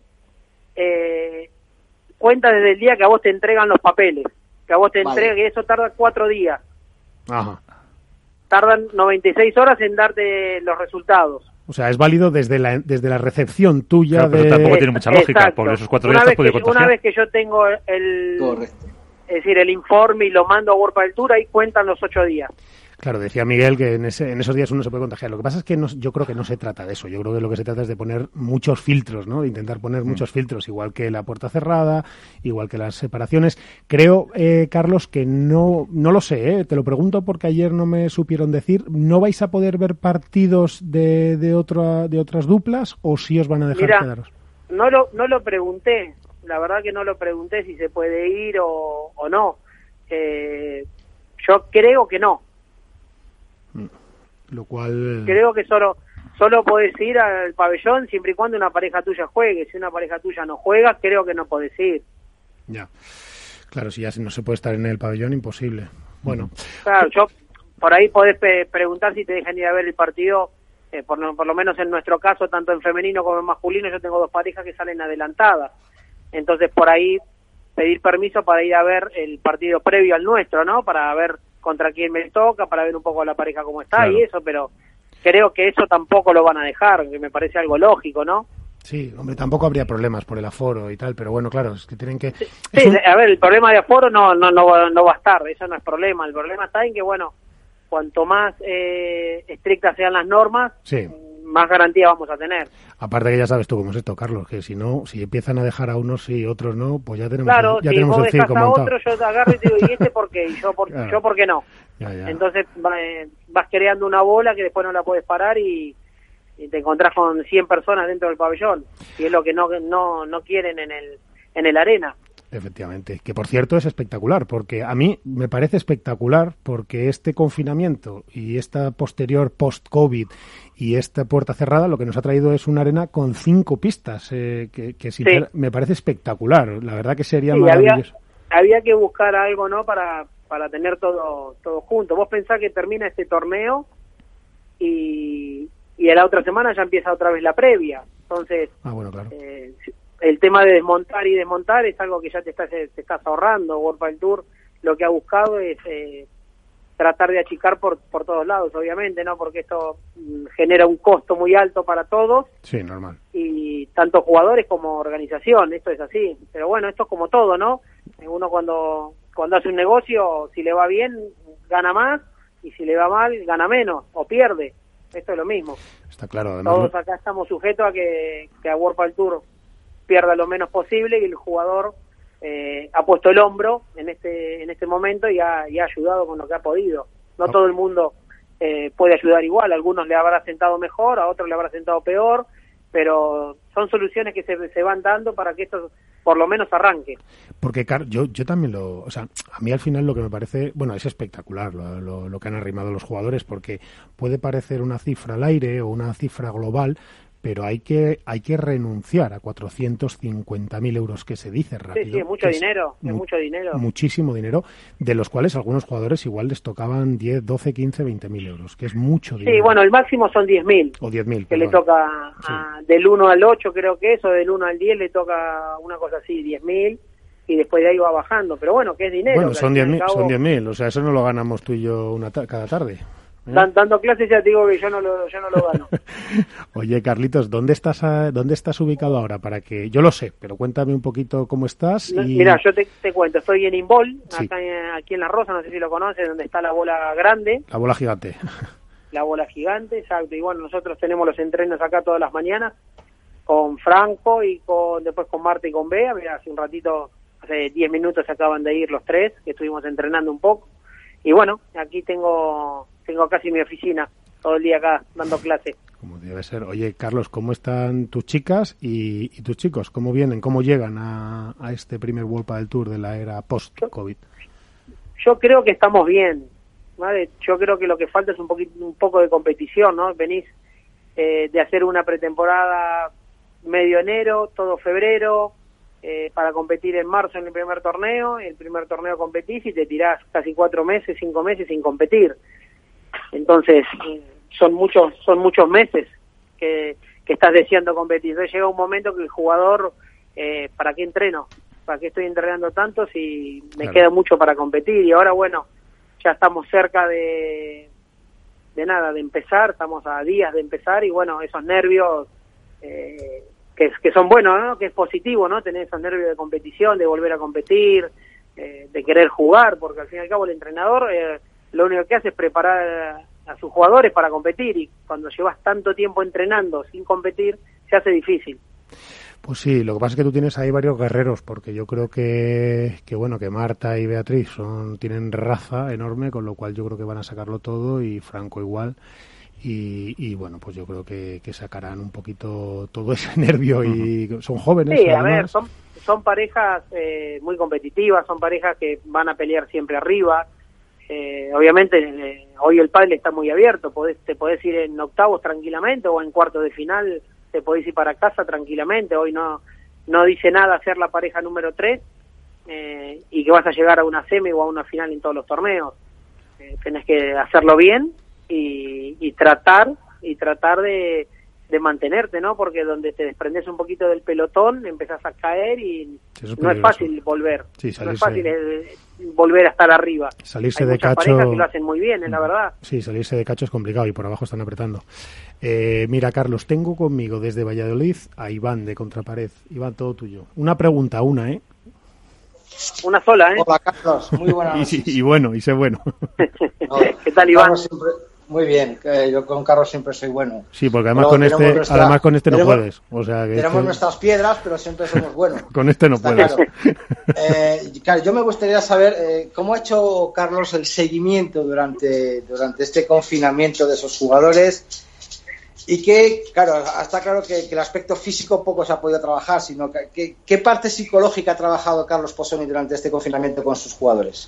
eh, cuenta desde el día que a vos te entregan los papeles, que a vos te Vale. entregan, que eso tarda cuatro días. Ajá. Tardan noventa y seis horas en darte los resultados. O sea, es válido desde la desde la recepción tuya Claro, pero de... tampoco tiene mucha lógica, Exacto. porque esos cuatro Una días te vez puede que- contagiar. Una vez que yo tengo el... Correcto. Es decir, el informe y lo mando a World Padel Tour, ahí cuentan los ocho días. Claro, decía Miguel que en, ese, en esos días uno se puede contagiar. Lo que pasa es que no, yo creo que no se trata de eso. Yo creo que lo que se trata es de poner muchos filtros, ¿no? De intentar poner mm. muchos filtros, igual que la puerta cerrada, igual que las separaciones. Creo, eh, Carlos, que no, no lo sé, ¿eh? Te lo pregunto porque ayer no me supieron decir. ¿No vais a poder ver partidos de, de, otra, de otras duplas o sí os van a dejar Mira, quedaros? No lo, no lo pregunté. La verdad que no lo pregunté si se puede ir o, o no. Eh, yo creo que no. Lo cual... Creo que solo solo podés ir al pabellón siempre y cuando una pareja tuya juegue. Si una pareja tuya no juega, creo que no podés ir. Ya. Claro, si ya no se puede estar en el pabellón, imposible. Bueno. Claro, yo por ahí podés pe- preguntar si te dejan ir a ver el partido. Eh, por, lo, por lo menos en nuestro caso, tanto en femenino como en masculino, yo tengo dos parejas que salen adelantadas. Entonces, por ahí pedir permiso para ir a ver el partido previo al nuestro, ¿no? Para ver contra quién me toca, para ver un poco a la pareja cómo está. Claro. Y eso, pero creo que eso tampoco lo van a dejar, que me parece algo lógico, ¿no? Sí, hombre, tampoco habría problemas por el aforo y tal, pero bueno, claro, es que tienen que... Sí, sí un... a ver, el problema de aforo no, no, no, no va a estar, eso no es problema. El problema está en que, bueno, cuanto más eh, estrictas sean las normas, sí. más garantía vamos a tener. Aparte que ya sabes tú cómo es esto, Carlos, que si no, si empiezan a dejar a unos y otros no, pues ya tenemos, claro, ya si tenemos vos el circo dejás a montado. otro, yo te agarro y te digo, ¿y este por qué? Y yo por, claro. yo por qué no. Ya, ya. Entonces va, eh, vas creando una bola que después no la puedes parar y, y te encontrás con cien personas dentro del pabellón, y es lo que no no no quieren en el en el arena. Efectivamente, que por cierto es espectacular, porque a mí me parece espectacular, porque este confinamiento y esta posterior post-COVID y esta puerta cerrada lo que nos ha traído es una arena con cinco pistas, eh, que, que sí. me parece espectacular, la verdad que sería sí, maravilloso. Había, había que buscar algo, ¿no?, para, para tener todo, todo junto. Vos pensás que termina este torneo y, y a la otra semana ya empieza otra vez la previa, entonces... Ah, bueno, claro. Eh, el tema de desmontar y desmontar es algo que ya te estás, te estás ahorrando. World Padel Tour lo que ha buscado es eh, tratar de achicar por por todos lados, obviamente, ¿no? Porque esto mm, genera un costo muy alto para todos. Sí, normal. Y tanto jugadores como organización, esto es así. Pero bueno, esto es como todo, ¿no? Uno cuando cuando hace un negocio, si le va bien, gana más, y si le va mal, gana menos, o pierde. Esto es lo mismo. Está claro. Además, todos acá estamos sujetos a que, que a World Padel Tour pierda lo menos posible, y el jugador eh, ha puesto el hombro en este en este momento y ha, y ha ayudado con lo que ha podido. No todo el mundo eh, puede ayudar igual, a algunos le habrá sentado mejor, a otros le habrá sentado peor, pero son soluciones que se, se van dando para que esto por lo menos arranque. Porque yo yo también lo, o sea, a mí al final lo que me parece, bueno, es espectacular lo, lo, lo que han arrimado los jugadores, porque puede parecer una cifra al aire o una cifra global, pero hay que hay que renunciar a cuatrocientos cincuenta mil euros, que se dice rápido. Sí, sí, es mucho dinero, es mucho dinero. Muchísimo dinero, de los cuales algunos jugadores igual les tocaban diez, doce, quince, veinte mil euros, que es mucho dinero. Sí, bueno, el máximo son diez mil. O diez mil. Que perdón. le toca a, sí. Del uno al ocho creo que es, o del uno al diez le toca una cosa así, diez mil, y después de ahí va bajando. Pero bueno, que es dinero. Bueno, son diez mil, cabo, son diez mil, o sea, eso no lo ganamos tú y yo una ta- cada tarde. ¿Eh? Dando clases ya te digo que yo no lo, yo no lo gano. Oye, Carlitos, ¿dónde estás a, dónde estás ubicado ahora? Para que yo lo sé, pero cuéntame un poquito cómo estás. Y... Mira, yo te, te cuento, estoy en Inbol, sí. acá en, aquí en La Rosa, no sé si lo conoces, donde está la bola grande. La bola gigante. La bola gigante, exacto. Y bueno, nosotros tenemos los entrenos acá todas las mañanas con Franco y con después con Marta y con Bea. Mira, hace un ratito, hace diez minutos se acaban de ir los tres, que estuvimos entrenando un poco. Y bueno, aquí tengo tengo casi mi oficina, todo el día acá dando clase. Como debe ser. Oye, Carlos, ¿cómo están tus chicas y, y tus chicos? ¿Cómo vienen? ¿Cómo llegan a, a este primer World Padel Tour de la era post-COVID? Yo creo que estamos bien, ¿vale? Yo creo que lo que falta es un poquito, un poco de competición, ¿no? Venís eh, de hacer una pretemporada medio enero, todo febrero, eh, para competir en marzo en el primer torneo. El primer torneo competís y te tirás casi cuatro meses, cinco meses sin competir. Entonces, son muchos son muchos meses que, que estás deseando competir. Entonces llega un momento que el jugador, eh, ¿para qué entreno? ¿Para qué estoy entrenando tanto si me claro. queda mucho para competir? Y ahora, bueno, ya estamos cerca de, de nada, de empezar, estamos a días de empezar, y bueno, esos nervios eh, que, que son buenos, ¿no? Que es positivo, ¿no? Tener esos nervios de competición, de volver a competir, eh, de querer jugar, porque al fin y al cabo el entrenador... Eh, lo único que hace es preparar a sus jugadores para competir, y cuando llevas tanto tiempo entrenando sin competir, se hace difícil. Pues sí, lo que pasa es que tú tienes ahí varios guerreros, porque yo creo que, que bueno, que Marta y Beatriz son tienen raza enorme, con lo cual yo creo que van a sacarlo todo, y Franco igual. Y, y bueno, pues yo creo que, que sacarán un poquito todo ese nervio, y uh-huh. son jóvenes. Sí, además. A ver, son, son parejas eh, muy competitivas, son parejas que van a pelear siempre arriba. Eh, obviamente eh, hoy el pádel está muy abierto, podés, te podés ir en octavos tranquilamente, o en cuartos de final te podés ir para casa tranquilamente. Hoy no no dice nada ser la pareja número tres eh, y que vas a llegar a una semi o a una final en todos los torneos. Eh, tenés que hacerlo bien y, y tratar y tratar de, de mantenerte, ¿no? Porque donde te desprendes un poquito del pelotón empezás a caer y sí, es no es fácil volver. Sí, salirse, no es fácil eh, volver a estar arriba. Salirse Hay de muchas cacho. parejas que lo hacen muy bien, es la verdad. Sí, salirse de cacho es complicado, y por abajo están apretando. Eh, mira, Carlos, tengo conmigo desde Valladolid a Iván de Contrapared. Iván, todo tuyo. Una pregunta, una, ¿eh? Una sola, ¿eh? Hola, Carlos. Muy buenas noches. y, y bueno, y sé bueno. ¿Qué tal, Iván? Siempre... Muy bien, eh, yo con Carlos siempre soy bueno. Sí, porque además pero con este nuestra, además con este no tenemos, puedes. O sea, que tenemos este... nuestras piedras, pero siempre somos buenos. Con este no Está puedes. Claro. Eh, claro, yo me gustaría saber eh, cómo ha hecho Carlos el seguimiento durante, durante este confinamiento de esos jugadores, y que, claro, está claro que, que el aspecto físico poco se ha podido trabajar, sino que, que qué parte psicológica ha trabajado Carlos Pozzoni durante este confinamiento con sus jugadores.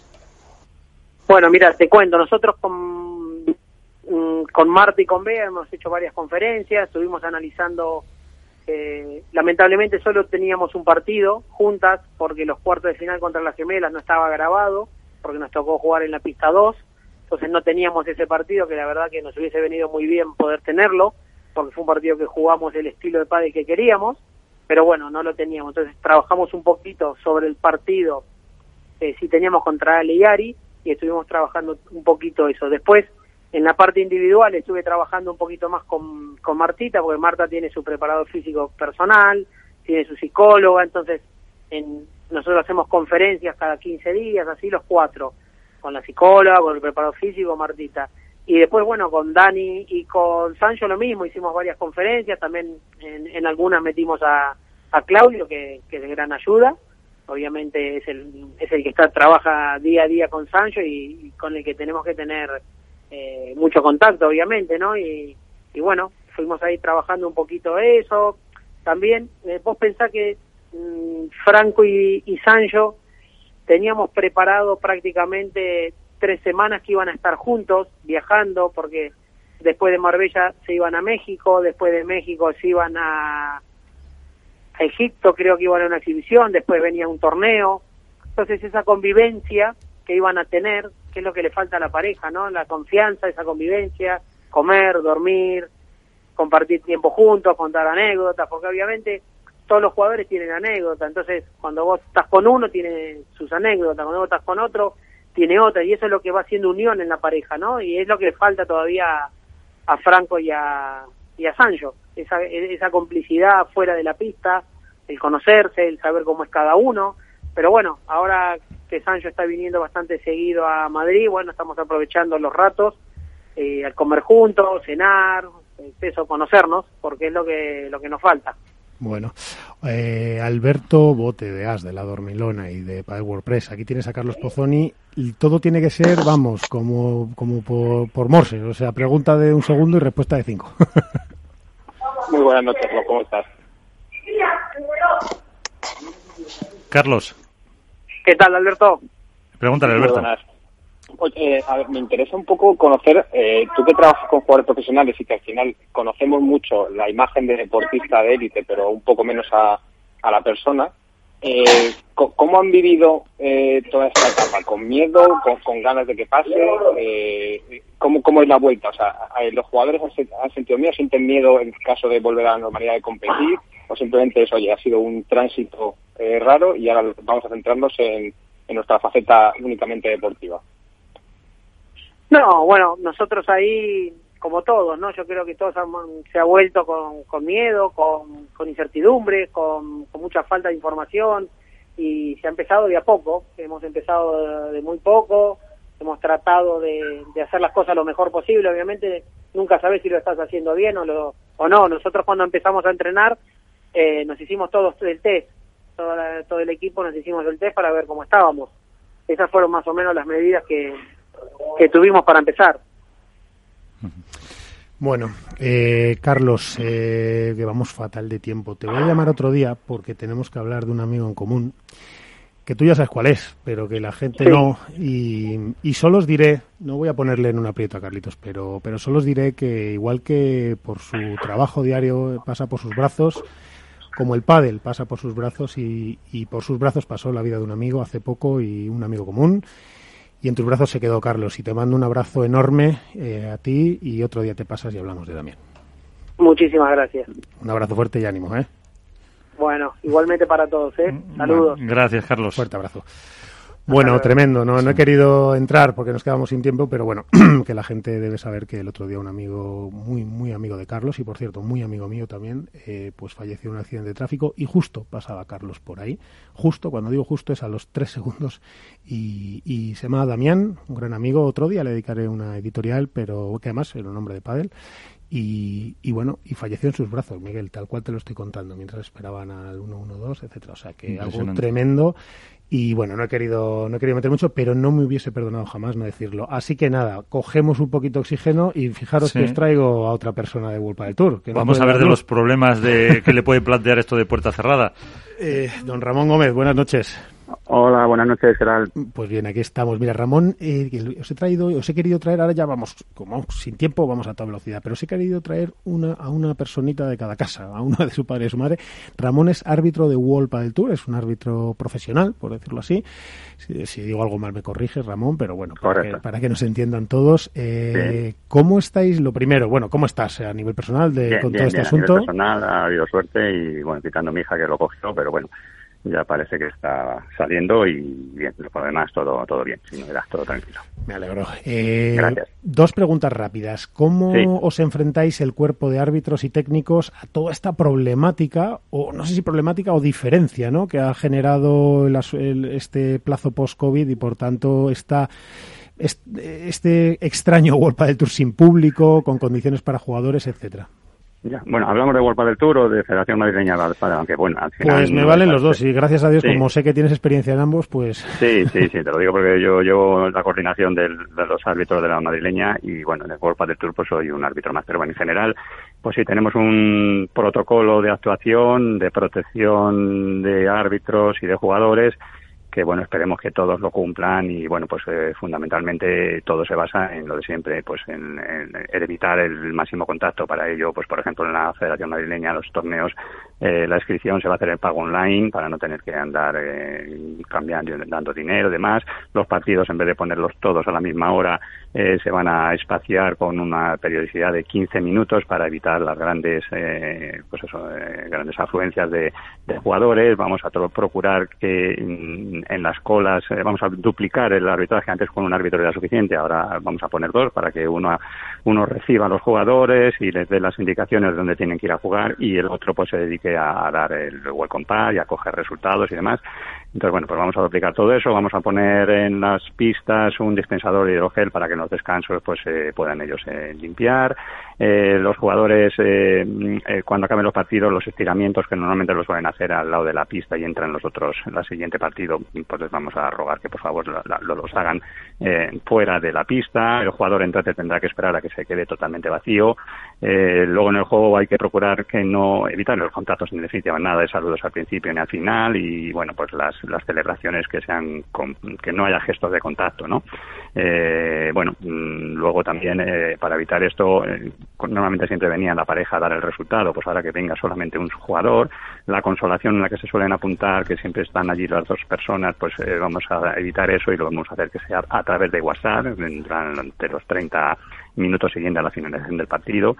Bueno, mira, te cuento, nosotros con con Marta y con Bea hemos hecho varias conferencias, estuvimos analizando, eh, lamentablemente solo teníamos un partido juntas, porque los cuartos de final contra las Gemelas no estaba grabado, porque nos tocó jugar en la pista dos, entonces no teníamos ese partido, que la verdad que nos hubiese venido muy bien poder tenerlo, porque fue un partido que jugamos el estilo de pádel que queríamos, pero bueno, no lo teníamos. Entonces trabajamos un poquito sobre el partido, eh, si teníamos contra Ale y Ari, y estuvimos trabajando un poquito eso. Después, en la parte individual, estuve trabajando un poquito más con, con Martita, porque Marta tiene su preparador físico personal, tiene su psicóloga, entonces en, nosotros hacemos conferencias cada quince días, así los cuatro, con la psicóloga, con el preparador físico, Martita. Y después, bueno, con Dani y con Sancho lo mismo, hicimos varias conferencias, también en, en algunas metimos a, a Claudio, que, que es de gran ayuda. Obviamente es el es el que está trabaja día a día con Sancho y, y con el que tenemos que tener eh, mucho contacto, obviamente, ¿no? Y, y bueno, fuimos ahí trabajando un poquito eso. También, eh, vos pensás que mmm, Franco y, y Sancho teníamos preparado prácticamente tres semanas que iban a estar juntos, viajando, porque después de Marbella se iban a México, después de México se iban a... a Egipto, creo que iban a una exhibición, después venía un torneo. Entonces esa convivencia que iban a tener, que es lo que le falta a la pareja, ¿no? La confianza, esa convivencia, comer, dormir, compartir tiempo juntos, contar anécdotas, porque obviamente todos los jugadores tienen anécdotas, entonces cuando vos estás con uno tiene sus anécdotas, cuando vos estás con otro tiene otra, y eso es lo que va haciendo unión en la pareja, ¿no? Y es lo que le falta todavía a, a Franco y a, y a Sancho, esa, esa complicidad fuera de la pista, el conocerse, el saber cómo es cada uno. Pero bueno, ahora que Sancho está viniendo bastante seguido a Madrid, bueno, estamos aprovechando los ratos, eh, al comer juntos, cenar, eso, conocernos, porque es lo que lo que nos falta. Bueno, eh, Alberto Bote de As, de La Dormilona y de Padel WordPress. Aquí tienes a Carlos Pozzoni y todo tiene que ser, vamos, como como por, por Morse, o sea, pregunta de un segundo y respuesta de cinco. Muy buenas noches, ¿cómo estás? Carlos. ¿Qué tal, Alberto? Pregúntale, Alberto. Oye, eh, a ver, me interesa un poco conocer, eh, tú que trabajas con jugadores profesionales y que al final conocemos mucho la imagen de deportista de élite, pero un poco menos a, a la persona, eh, ¿cómo han vivido eh, toda esta etapa? ¿Con miedo? ¿Con, con ganas de que pase? Eh, ¿cómo, ¿Cómo es la vuelta? O sea, ¿los jugadores han, han sentido miedo? ¿Sienten miedo en caso de volver a la normalidad de competir? ¿O simplemente eso, oye, ha sido un tránsito eh, raro y ahora vamos a centrarnos en, en nuestra faceta únicamente deportiva? No, bueno, nosotros ahí, como todos, ¿no? Yo creo que todos han, se ha vuelto con, con miedo, con, con incertidumbre, con, con mucha falta de información, y se ha empezado de a poco. Hemos empezado de, de muy poco, hemos tratado de, de hacer las cosas lo mejor posible. Obviamente nunca sabes si lo estás haciendo bien o, lo, o no. Nosotros cuando empezamos a entrenar eh, nos hicimos todos el test, todo, la, todo el equipo nos hicimos el test para ver cómo estábamos. Esas fueron más o menos las medidas que... que tuvimos para empezar. Bueno, eh, Carlos, eh, que vamos fatal de tiempo. Te voy a llamar otro día porque tenemos que hablar de un amigo en común, que tú ya sabes cuál es, pero que la gente sí. no. Y, y solo os diré, no voy a ponerle en un aprieto a Carlitos, pero, pero solo os diré que igual que por su trabajo diario pasa por sus brazos, como el pádel pasa por sus brazos y, y por sus brazos pasó la vida de un amigo hace poco y un amigo común. Y en tus brazos se quedó Carlos. Y te mando un abrazo enorme eh, a ti y otro día te pasas y hablamos de Damián. Muchísimas gracias. Un abrazo fuerte y ánimo, ¿eh? Bueno, igualmente para todos, ¿eh? Saludos. Bueno, gracias, Carlos. Fuerte abrazo. Bueno, tremendo. No, no he querido entrar porque nos quedamos sin tiempo, pero bueno, que la gente debe saber que el otro día un amigo, muy muy amigo de Carlos, y por cierto, muy amigo mío también, eh, pues falleció en un accidente de tráfico y justo pasaba Carlos por ahí. Justo, cuando digo justo, es a los tres segundos. Y, y se llama Damián, un gran amigo. Otro día le dedicaré una editorial, pero que además era un hombre de pádel. Y, y bueno, y falleció en sus brazos, Miguel, tal cual te lo estoy contando, mientras esperaban al uno uno dos, etcétera. O sea que algo tremendo. Y bueno, no he querido no he querido meter mucho, pero no me hubiese perdonado jamás no decirlo. Así que nada, cogemos un poquito de oxígeno y fijaros sí. que os traigo a otra persona de World Padel Tour. Que Vamos a ver de los problemas de que le puede plantear esto de puerta cerrada. Eh, don Ramón Gómez, buenas noches. Hola, buenas noches, Gerald. Pues bien, aquí estamos. Mira, Ramón, eh, os he traído, os he querido traer, ahora ya vamos, como sin tiempo, vamos a toda velocidad, pero os he querido traer una, a una personita de cada casa, a una de su padre y de su madre. Ramón es árbitro de World Padel Tour, es un árbitro profesional, por decirlo así. Si, si digo algo mal me corriges, Ramón, pero bueno, para que, para que nos entiendan todos. Eh, ¿Cómo estáis? Lo primero, bueno, ¿cómo estás a nivel personal de, bien, con bien, todo este bien, asunto? A nivel personal ha habido suerte y, bueno, quitando a mi hija que lo cogió, pero bueno. ya parece que está saliendo y bien, por lo demás todo todo bien, sin novedad, todo tranquilo. Me alegro. Eh, Gracias. Dos preguntas rápidas. ¿Cómo sí. os enfrentáis el cuerpo de árbitros y técnicos a toda esta problemática, o no sé si problemática o diferencia, ¿no?, que ha generado el, el, este plazo post-COVID y por tanto esta este, este extraño World Padel Tour sin público, con condiciones para jugadores, etcétera? Ya. Bueno, ¿hablamos de World Padel Tour o de Federación Madrileña de Padel? Aunque bueno, al final... Pues me no valen los dos, y gracias a Dios, sí. como sé que tienes experiencia en ambos, pues... Sí, sí, sí, te lo digo porque yo llevo la coordinación del, de los árbitros de la madrileña y bueno, en el World Padel Tour pues soy un árbitro más, pero bueno, en general, pues sí, tenemos un protocolo de actuación, de protección de árbitros y de jugadores, que bueno, esperemos que todos lo cumplan y bueno, pues eh, fundamentalmente todo se basa en lo de siempre, pues en, en, en evitar el máximo contacto. Para ello, pues por ejemplo en la Federación Madrileña, los torneos, eh, la inscripción se va a hacer el pago online para no tener que andar eh, cambiando, dando dinero y demás. Los partidos, en vez de ponerlos todos a la misma hora, eh, se van a espaciar con una periodicidad de quince minutos para evitar las grandes, eh, pues eso, eh, grandes afluencias de, de jugadores. Vamos a todo, procurar que mm, en las colas, eh, vamos a duplicar el arbitraje. Antes con un árbitro era suficiente, ahora vamos a poner dos para que uno uno reciba a los jugadores y les dé las indicaciones de dónde tienen que ir a jugar y el otro pues se dedique a, a dar el welcome pass y a coger resultados y demás. Entonces, bueno, pues vamos a duplicar todo eso, vamos a poner en las pistas un dispensador de hidrogel para que en los descansos pues eh, puedan ellos eh, limpiar. Eh, los jugadores, eh, eh, cuando acaben los partidos, los estiramientos que normalmente los suelen hacer al lado de la pista y entran los otros en el siguiente partido, pues les vamos a rogar que por favor lo, lo, los hagan eh, fuera de la pista. El jugador entonces tendrá que esperar a que se quede totalmente vacío. Eh, luego en el juego hay que procurar que no evitar los contactos, en definitiva, nada de saludos al principio ni al final y bueno, pues las las celebraciones que sean con, que no haya gestos de contacto, ¿no? Eh, bueno, mmm, luego también eh, para evitar esto, eh, normalmente siempre venía la pareja a dar el resultado, pues ahora que venga solamente un jugador, la consolación en la que se suelen apuntar, que siempre están allí las dos personas, pues eh, vamos a evitar eso y lo vamos a hacer que sea a través de WhatsApp durante los treinta minutos siguientes a la finalización del partido.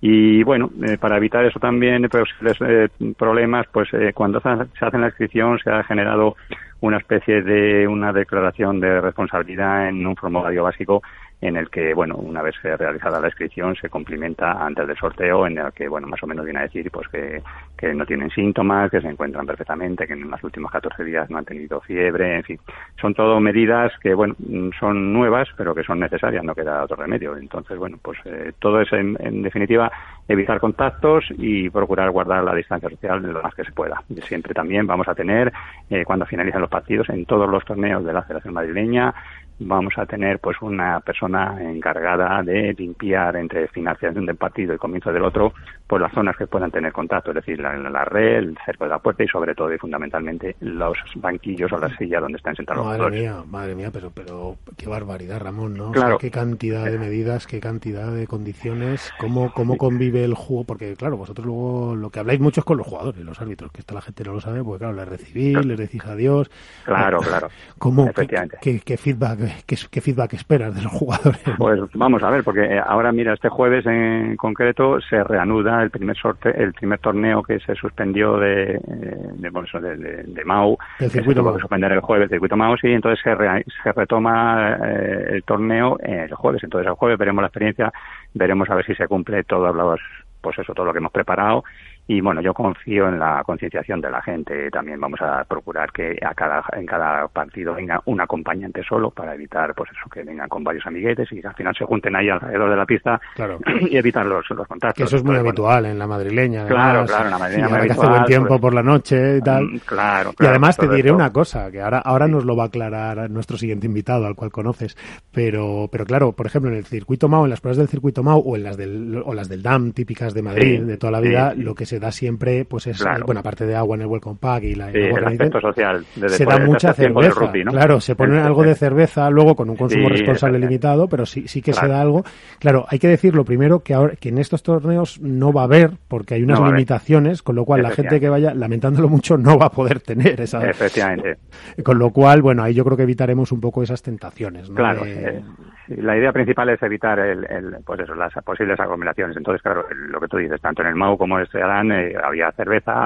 Y bueno, eh, para evitar eso también, pues, eh, problemas, pues eh, cuando se hace la inscripción se ha generado una especie de una declaración de responsabilidad en un formulario básico en el que, bueno, una vez realizada la inscripción se cumplimenta antes del sorteo, en el que, bueno, más o menos viene a decir pues que, que no tienen síntomas, que se encuentran perfectamente, que en los últimos catorce días no han tenido fiebre, en fin. Son todo medidas que, bueno, son nuevas, pero que son necesarias, no queda otro remedio. Entonces, bueno, pues eh, todo es, en, en definitiva, evitar contactos y procurar guardar la distancia social lo más que se pueda. Y siempre también vamos a tener, eh, cuando finalicen los partidos, en todos los torneos de la Federación Madrileña, vamos a tener pues una persona encargada de limpiar entre finalización del partido y comienzo del otro pues las zonas que puedan tener contacto, es decir, la, la red, el cerco de la puerta y sobre todo y fundamentalmente los banquillos o las sillas donde están sentados madre los jugadores. Madre mía, madre mía, pero pero qué barbaridad, Ramón, ¿no? Claro. O sea, qué cantidad de medidas, qué cantidad de condiciones, cómo cómo convive el juego, porque claro, vosotros luego lo que habláis mucho es con los jugadores, los árbitros, que esta la gente no lo sabe, porque claro, les recibís, claro. les decís adiós. Claro, claro. ¿Cómo, efectivamente. ¿qué, qué, qué feedback ¿Qué, qué feedback esperas de los jugadores? Pues vamos a ver, porque ahora mira, este jueves en concreto se reanuda el primer sorteo, el primer torneo que se suspendió de de, de, de, de Mau, el que se tuvo que suspender el jueves, el circuito Mau, sí, entonces se, re, se retoma eh, el torneo el jueves, entonces el jueves veremos la experiencia, veremos a ver si se cumple todos los, pues eso, todo lo que hemos preparado. Y bueno, yo confío en la concienciación de la gente. También vamos a procurar que a cada en cada partido venga un acompañante solo para evitar pues eso, que vengan con varios amiguetes y que al final se junten ahí alrededor de la pista, claro. y evitar los, los contactos. Que eso es muy pues, habitual bueno. en la madrileña. Claro, además, claro, en la madrileña y muy ahora habitual. que hace buen tiempo pues, por la noche y tal. Um, claro, claro. Y además te diré esto. una cosa, que ahora ahora nos lo va a aclarar nuestro siguiente invitado, al cual conoces. Pero pero claro, por ejemplo, en el circuito Mau, en las pruebas del circuito Mau o en las del o las del D A M típicas de Madrid, sí, de toda la vida, sí, sí. lo que se da siempre pues es, claro. bueno, aparte de agua en el welcome pack y la, sí, y la el aspecto social de se da mucha cerveza, rugby, ¿no? claro, se pone algo de cerveza luego con un consumo sí, responsable limitado, pero sí sí que claro. se da algo. Claro, hay que decir lo primero que ahora que en estos torneos no va a haber, porque hay unas no limitaciones, con lo cual la gente que vaya, lamentándolo mucho, no va a poder tener esa. Efectivamente. Con lo cual, bueno, ahí yo creo que evitaremos un poco esas tentaciones, ¿no? Claro, de... eh, la idea principal es evitar el, el, pues eso, las posibles aglomeraciones. Entonces, claro, lo que tú dices, tanto en el Mau como en este Adán, eh, había cerveza,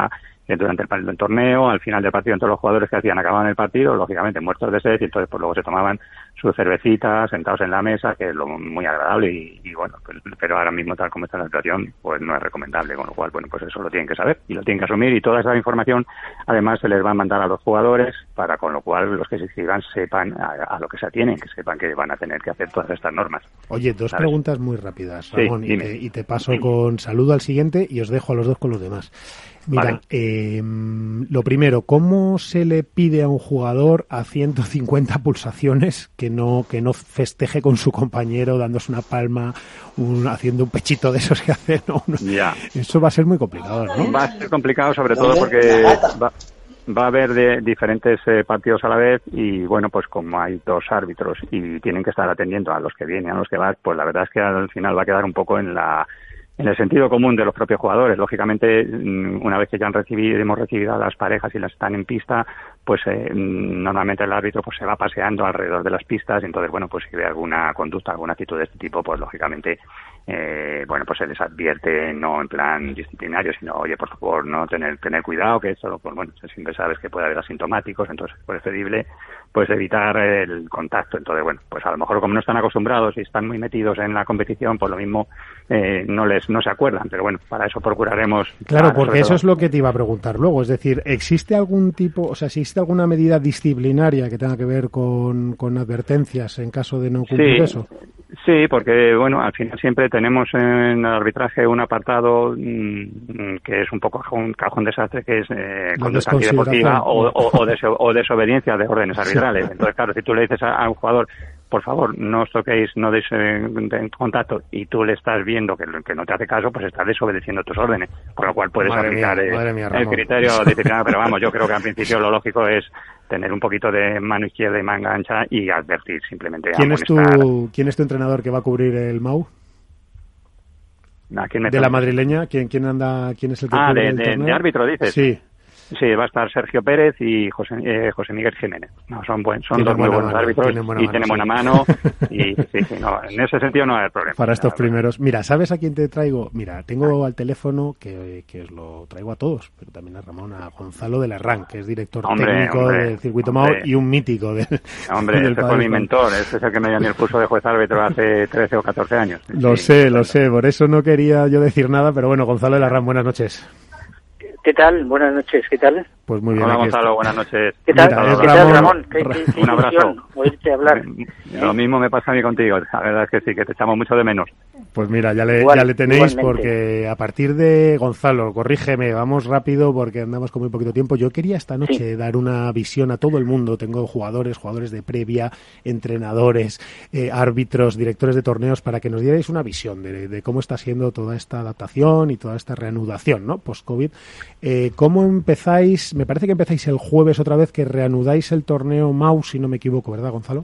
eh, durante el, el torneo, al final del partido, todos los jugadores que hacían acababan el partido, lógicamente muertos de sed, y entonces pues luego se tomaban sus cervecitas sentados en la mesa, que es lo muy agradable, y, y bueno, pues, pero ahora mismo tal como está la situación, pues no es recomendable, con lo cual, bueno, pues eso lo tienen que saber y lo tienen que asumir, y toda esa información además se les va a mandar a los jugadores, para con lo cual los que se inscriban sepan a, a lo que se atienen, que sepan que van a tener que hacer todas estas normas. Oye, dos ¿sabes? Preguntas muy rápidas, Ramón, sí, y, te, y te paso con saludo al siguiente y os dejo a los dos con los demás. Mira, vale. eh, lo primero, ¿cómo se le pide a un jugador a ciento cincuenta pulsaciones que no que no festeje con su compañero dándose una palma, un, haciendo un pechito de esos que hacen? ¿No? Ya. Eso va a ser muy complicado, ¿no? Va a ser complicado, sobre todo porque va, va a haber de diferentes eh, partidos a la vez, y bueno, pues como hay dos árbitros y tienen que estar atendiendo a los que vienen, a los que van, pues la verdad es que al final va a quedar un poco en la en el sentido común de los propios jugadores. Lógicamente, una vez que ya han recibido, hemos recibido a las parejas y las están en pista, pues eh, normalmente el árbitro pues se va paseando alrededor de las pistas, y entonces, bueno, pues si ve alguna conducta, alguna actitud de este tipo, pues lógicamente, eh, bueno, pues se les advierte, no en plan disciplinario, sino, oye, por favor, no tener tener cuidado, que eso, pues bueno, siempre sabes que puede haber asintomáticos, entonces es preferible pues evitar el contacto. Entonces, bueno, pues a lo mejor como no están acostumbrados y están muy metidos en la competición, pues lo mismo eh, no les no se acuerdan, pero bueno, para eso procuraremos. Claro, para, porque eso todo. es lo que te iba a preguntar luego, es decir, ¿existe algún tipo, o sea, existe alguna medida disciplinaria que tenga que ver con, con advertencias en caso de no cumplir sí, eso? Sí, porque bueno, al final siempre tenemos en el arbitraje un apartado mmm, que es un poco un cajón desastre, que es eh, conducta antideportiva o, o, o, deso, o desobediencia de órdenes arbitrales. Entonces, claro, si tú le dices a, a un jugador, por favor, no os toquéis, no deis eh, contacto, y tú le estás viendo que, que no te hace caso, pues estás desobedeciendo tus órdenes, con lo cual puedes madre aplicar mía, eh, mía, el criterio disciplinario. Pero vamos, yo creo que al principio lo lógico es tener un poquito de mano izquierda y manga ancha y advertir simplemente. ¿Quién es tu quién es tu entrenador que va a cubrir el M A U? ¿Quién me de la madrileña, ¿quién quién anda, quién es el que ah, cubre de, el de, torneo? de árbitro dices. Sí. Sí, va a estar Sergio Pérez y José, eh, José Miguel Jiménez. No, son buen, son dos muy buenos mano, árbitros tienen buena y mano, tienen buena sí. mano. Y sí, sí, no, en ese sentido no hay problema. Para estos primeros. Mira, ¿sabes a quién te traigo? Mira, tengo al teléfono que, que os lo traigo a todos, pero también a Ramón, a Gonzalo de la Herrán, que es director hombre, técnico hombre, del Circuito M A U y un mítico de, hombre, del ese fue mi mentor, ese es el que me dio el curso de juez árbitro hace trece o catorce años. Lo sí, sé, lo sé, por eso no quería yo decir nada, pero bueno, Gonzalo de la Herrán, buenas noches. ¿Qué tal? Buenas noches, ¿qué tal? Pues muy bien. Hola Gonzalo, buenas noches. ¿Qué tal, Mira, ¿Qué Ramón, tal Ramón? ¿Qué, qué, qué un abrazo. Oírte hablar. Lo mismo me pasa a mí contigo, la verdad es que sí, que te echamos mucho de menos. Pues mira, ya le, Igual, ya le tenéis, igualmente. Porque a partir de Gonzalo, corrígeme, vamos rápido porque andamos con muy poquito tiempo. Yo quería esta noche sí. dar una visión a todo el mundo. Tengo jugadores, jugadores de previa, entrenadores, eh, árbitros, directores de torneos, para que nos dierais una visión de, de cómo está siendo toda esta adaptación y toda esta reanudación, ¿no? Post-COVID. Eh, ¿Cómo empezáis? Me parece que empezáis el jueves otra vez, que reanudáis el torneo M A U, si no me equivoco, ¿verdad, Gonzalo?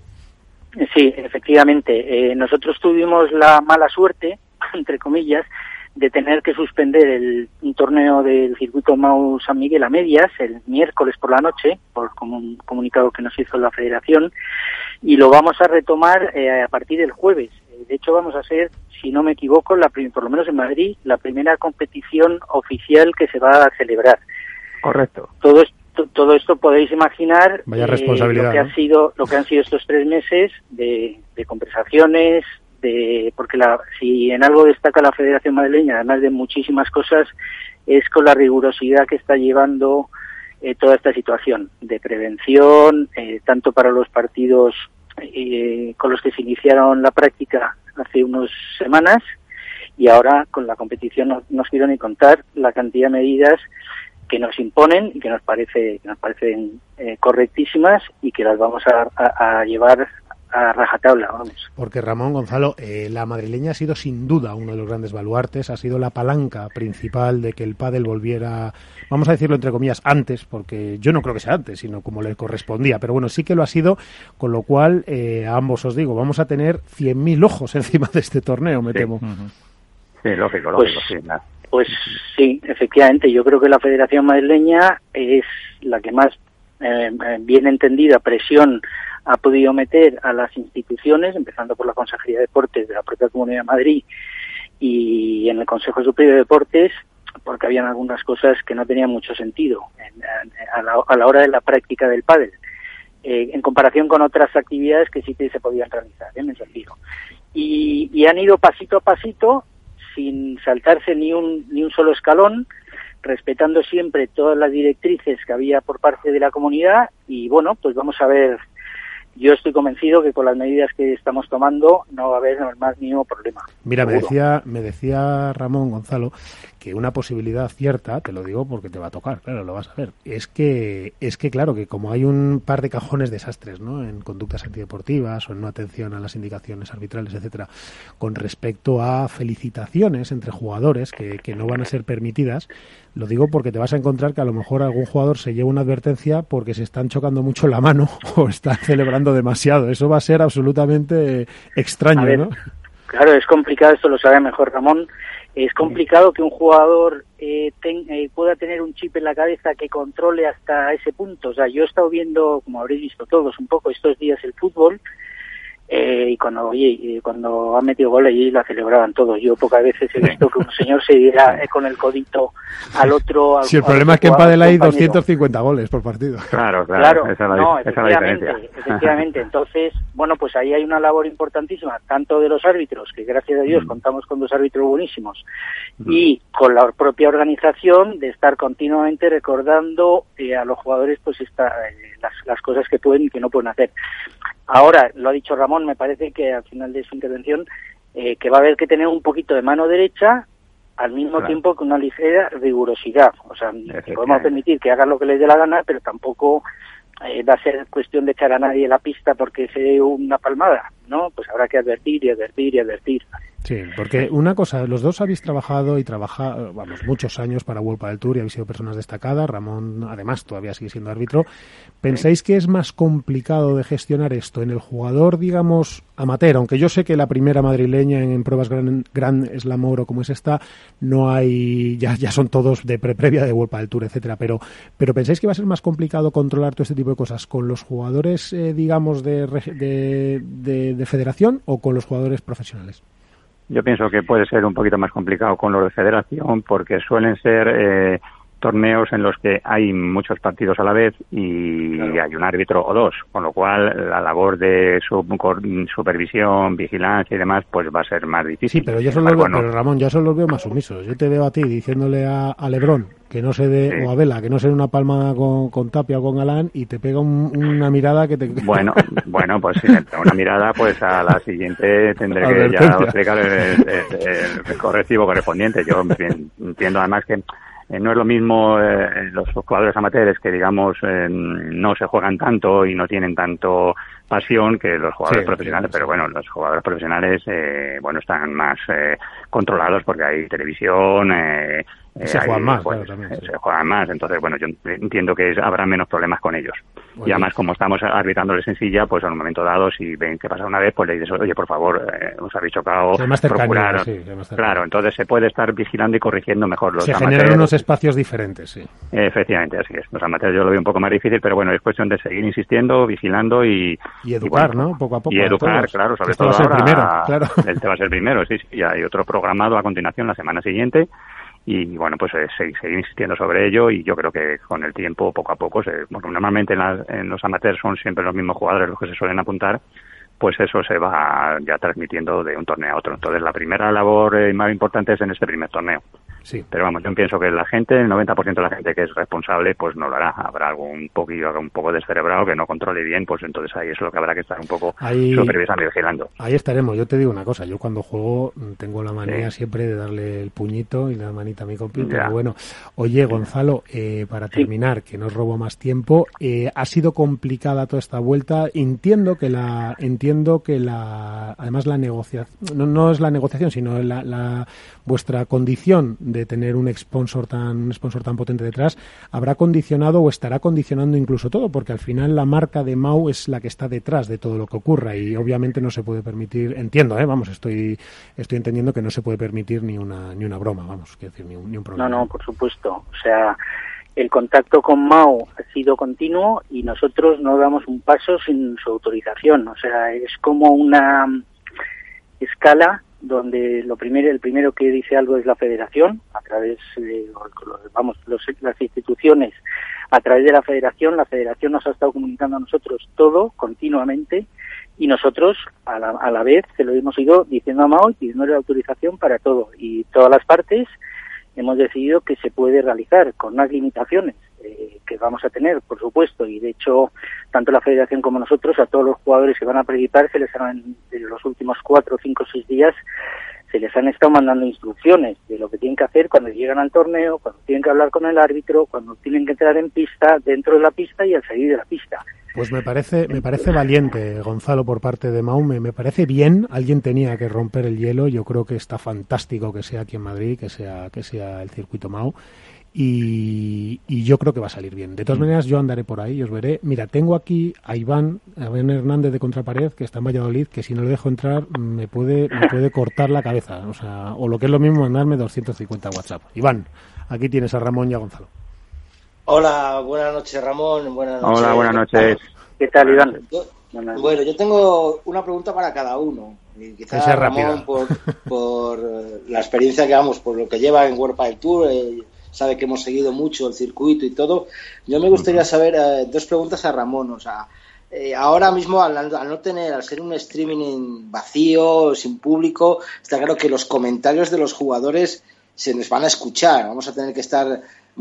Sí, efectivamente. Eh, nosotros tuvimos la mala suerte, entre comillas, de tener que suspender el un torneo del circuito M A U San Miguel a medias el miércoles por la noche, por un comunicado que nos hizo la Federación, y lo vamos a retomar eh, a partir del jueves. De hecho, vamos a ser, si no me equivoco, la prim- por lo menos en Madrid, la primera competición oficial que se va a celebrar. Correcto. Todo esto todo esto podéis imaginar Vaya responsabilidad, eh, lo que ¿no? ha sido lo que han sido estos tres meses de, de conversaciones, de porque la, si en algo destaca la Federación Madrileña, además de muchísimas cosas, es con la rigurosidad que está llevando eh, toda esta situación de prevención, eh, tanto para los partidos eh, con los que se iniciaron la práctica hace unas semanas, y ahora con la competición no, no os quiero ni contar la cantidad de medidas que nos imponen y que nos parece que nos parecen eh, correctísimas y que las vamos a, a, a llevar a rajatabla, vamos. Porque Ramón, Gonzalo, eh, la madrileña ha sido sin duda uno de los grandes baluartes, ha sido la palanca principal de que el pádel volviera, vamos a decirlo entre comillas, antes, porque yo no creo que sea antes, sino como le correspondía, pero bueno, sí que lo ha sido, con lo cual eh, a ambos os digo, vamos a tener cien mil ojos encima de este torneo, me sí. temo. Uh-huh. Sí, lógico, lógico, pues, sí, nada. Pues sí, efectivamente, yo creo que la Federación Madrileña es la que más eh, bien entendida presión ha podido meter a las instituciones, empezando por la Consejería de Deportes de la propia Comunidad de Madrid y en el Consejo Superior de Deportes, porque habían algunas cosas que no tenían mucho sentido en, a, la, a la hora de la práctica del pádel, eh, en comparación con otras actividades que sí que se podían realizar, ¿eh? en ese sentido. Y, y han ido pasito a pasito, sin saltarse ni un, ni un solo escalón, respetando siempre todas las directrices que había por parte de la comunidad, y bueno, pues vamos a ver. Yo estoy convencido que con las medidas que estamos tomando no va a haber el más mínimo problema. Mira, me seguro. decía, me decía Ramón Gonzalo que una posibilidad cierta, te lo digo porque te va a tocar, claro, lo vas a ver, es que, es que claro, que como hay un par de cajones desastres, ¿no?, en conductas antideportivas o en no atención a las indicaciones arbitrales, etcétera, con respecto a felicitaciones entre jugadores que, que no van a ser permitidas. Lo digo porque te vas a encontrar que a lo mejor algún jugador se lleva una advertencia porque se están chocando mucho la mano o están celebrando demasiado. Eso va a ser absolutamente extraño, ver, ¿no? Claro, es complicado, esto lo sabe mejor Ramón. Es complicado que un jugador eh, ten, eh, pueda tener un chip en la cabeza que controle hasta ese punto. O sea, yo he estado viendo, como habréis visto todos, un poco estos días el fútbol, eh, y cuando oye, cuando han metido goles y la celebraban todos. Yo pocas veces he visto que un señor se diera eh, con el codito al otro. Al, si el problema es que en pádel hay doscientos cincuenta goles por partido. Claro, claro. Claro, esa es la, no, esa es la efectivamente, diferencia. efectivamente. Entonces, bueno, pues ahí hay una labor importantísima, tanto de los árbitros, que gracias a Dios mm. contamos con dos árbitros buenísimos, mm. y con la propia organización de estar continuamente recordando eh, a los jugadores pues esta, eh, las, las cosas que pueden y que no pueden hacer. Ahora, lo ha dicho Ramón, me parece que al final de su intervención, eh, que va a haber que tener un poquito de mano derecha al mismo claro. tiempo que una ligera rigurosidad. O sea, que podemos permitir que hagan lo que les dé la gana, pero tampoco eh, va a ser cuestión de echar a nadie la pista porque se dé una palmada, ¿no? Pues habrá que advertir y advertir y advertir. Sí, porque una cosa, los dos habéis trabajado y trabajado, vamos, muchos años para World Padel Tour y habéis sido personas destacadas. Ramón, además, todavía sigue siendo árbitro. ¿Pensáis que es más complicado de gestionar esto en el jugador, digamos, amateur? Aunque yo sé que la primera madrileña en, en pruebas Gran, Gran Slam Oro como es esta, no hay, ya, ya son todos de pre previa de World Padel Tour, etcétera. Pero, pero ¿pensáis que va a ser más complicado controlar todo este tipo de cosas con los jugadores, eh, digamos, de, de, de, de federación o con los jugadores profesionales? Yo pienso que puede ser un poquito más complicado con los de federación porque suelen ser eh, torneos en los que hay muchos partidos a la vez y claro. hay un árbitro o dos, con lo cual la labor de su, supervisión, vigilancia y demás pues va a ser más difícil. Sí, pero yo solo veo, pero Ramón, yo solo los veo más sumisos. Yo te veo a ti diciéndole a, a Lebrón que no se dé, sí. o a Vela, que no se dé una palma con, con Tapia o con Galán y te pega un, una mirada que te... Bueno, bueno, pues si me pega una mirada, pues a la siguiente tendré que ya explicar el, el, el, el correctivo correspondiente. Yo entiendo además que Eh, no es lo mismo eh, los jugadores amateurs que, digamos, eh, no se juegan tanto y no tienen tanto pasión que los jugadores sí, profesionales, sí, sí. pero bueno, los jugadores profesionales, eh, bueno, están más eh, controlados porque hay televisión, eh, se juegan más, pues, claro, también, sí. se juegan más, entonces bueno, yo entiendo que es, habrá menos problemas con ellos. Oye. Y además como estamos arbitrándoles en silla, pues en un momento dado, si ven que pasa una vez, pues le dices, oye, por favor, eh, os habéis chocado, procurar, sí, claro, entonces se puede estar vigilando y corrigiendo mejor los se amateurs. generan unos espacios diferentes, sí. Efectivamente, así es. Los amateurs yo lo veo un poco más difícil, pero bueno, es cuestión de seguir insistiendo, vigilando y... Y educar, y bueno, ¿no? Poco a poco. Y educar, todos. Claro, sobre este todo va a ser ahora, primero, claro. Este va a ser primero, sí, sí, y hay otro programado a continuación la semana siguiente. Y bueno, pues eh, seguir, seguir insistiendo sobre ello y yo creo que con el tiempo, poco a poco, se, bueno, normalmente en, las, en los amateurs son siempre los mismos jugadores los que se suelen apuntar, pues eso se va ya transmitiendo de un torneo a otro. Entonces la primera labor eh, más importante es en este primer torneo. Sí. Pero vamos, yo pienso que la gente, el noventa por ciento de la gente que es responsable, pues no lo hará. Habrá algún poquillo, un poco descerebrado que no controle bien, pues entonces ahí es lo que habrá que estar un poco ahí, supervisando y vigilando. Ahí estaremos. Yo te digo una cosa, yo cuando juego tengo la manía sí. siempre de darle el puñito y la manita a mi compi, pero bueno. Oye, Gonzalo, eh, para terminar, sí. que no os robo más tiempo, eh, ha sido complicada toda esta vuelta. Entiendo que la, entiendo que la, además la negociación, no, no es la negociación, sino la, la vuestra condición de de tener un sponsor tan un sponsor tan potente detrás habrá condicionado o estará condicionando incluso todo, porque al final la marca de Mau es la que está detrás de todo lo que ocurra y obviamente no se puede permitir, entiendo, eh, vamos, estoy estoy entendiendo que no se puede permitir ni una ni una broma, vamos, quiero decir, ni un, ni un problema. No, no, por supuesto, o sea, el contacto con Mau ha sido continuo y nosotros no damos un paso sin su autorización, o sea, es como una escala donde lo primero, el primero que dice algo es la Federación, a través de, vamos, los, las instituciones, a través de la Federación. La Federación nos ha estado comunicando a nosotros todo, continuamente, y nosotros, a la, a la vez, se lo hemos ido diciendo a Mao y pidiéndole autorización para todo. Y todas las partes hemos decidido que se puede realizar con unas limitaciones eh, que vamos a tener, por supuesto, y de hecho, tanto la Federación como nosotros, a todos los jugadores que van a participar, se les han, en los últimos cuatro, cinco, seis días, se les han estado mandando instrucciones de lo que tienen que hacer cuando llegan al torneo, cuando tienen que hablar con el árbitro, cuando tienen que entrar en pista, dentro de la pista y al salir de la pista. Pues me parece, me parece valiente, Gonzalo, por parte de Maume. Me parece bien. Alguien tenía que romper el hielo. Yo creo que está fantástico que sea aquí en Madrid, que sea, que sea el circuito Mau. Y, y yo creo que va a salir bien. De todas maneras, yo andaré por ahí y os veré. Mira, tengo aquí a Iván, a Iván Hernández de Contrapared, que está en Valladolid, que si no le dejo entrar me puede, me puede cortar la cabeza. O sea, o lo que es lo mismo, mandarme doscientos cincuenta WhatsApp. Iván, aquí tienes a Ramón y a Gonzalo. Hola, buenas noches, Ramón. Buenas noches. Hola, buenas noches. ¿Qué tal, Iván? Yo, bueno, yo tengo una pregunta para cada uno. Y quizás Ramón, por, por la experiencia que vamos, por lo que lleva en World Padel Tour, eh, sabe que hemos seguido mucho el circuito y todo. Yo me gustaría saber eh, dos preguntas a Ramón. O sea, eh, ahora mismo al, al no tener, al ser un streaming vacío, sin público, está claro que los comentarios de los jugadores se nos van a escuchar. Vamos a tener que estar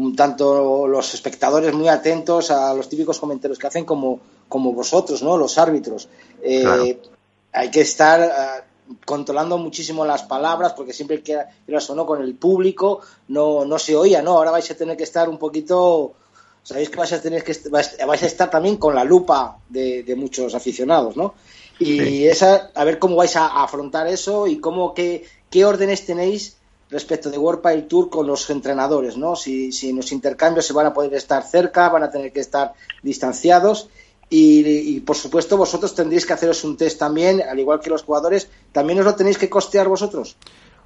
tanto los espectadores muy atentos a los típicos comentarios que hacen como, como vosotros, ¿no? Los árbitros. Eh, claro. Hay que estar uh, controlando muchísimo las palabras, porque siempre que eras o no con el público no, no se oía, ¿no? Ahora vais a tener que estar un poquito, sabéis que vais a tener que vais a estar también con la lupa de, de muchos aficionados, ¿no? Y sí. esa, a ver cómo vais a, a afrontar eso y cómo qué, qué órdenes tenéis respecto de World Padel Tour con los entrenadores, ¿no? Si, si en los intercambios se van a poder estar cerca, van a tener que estar distanciados y, y por supuesto vosotros tendréis que haceros un test también, al igual que los jugadores. ¿También os lo tenéis que costear vosotros?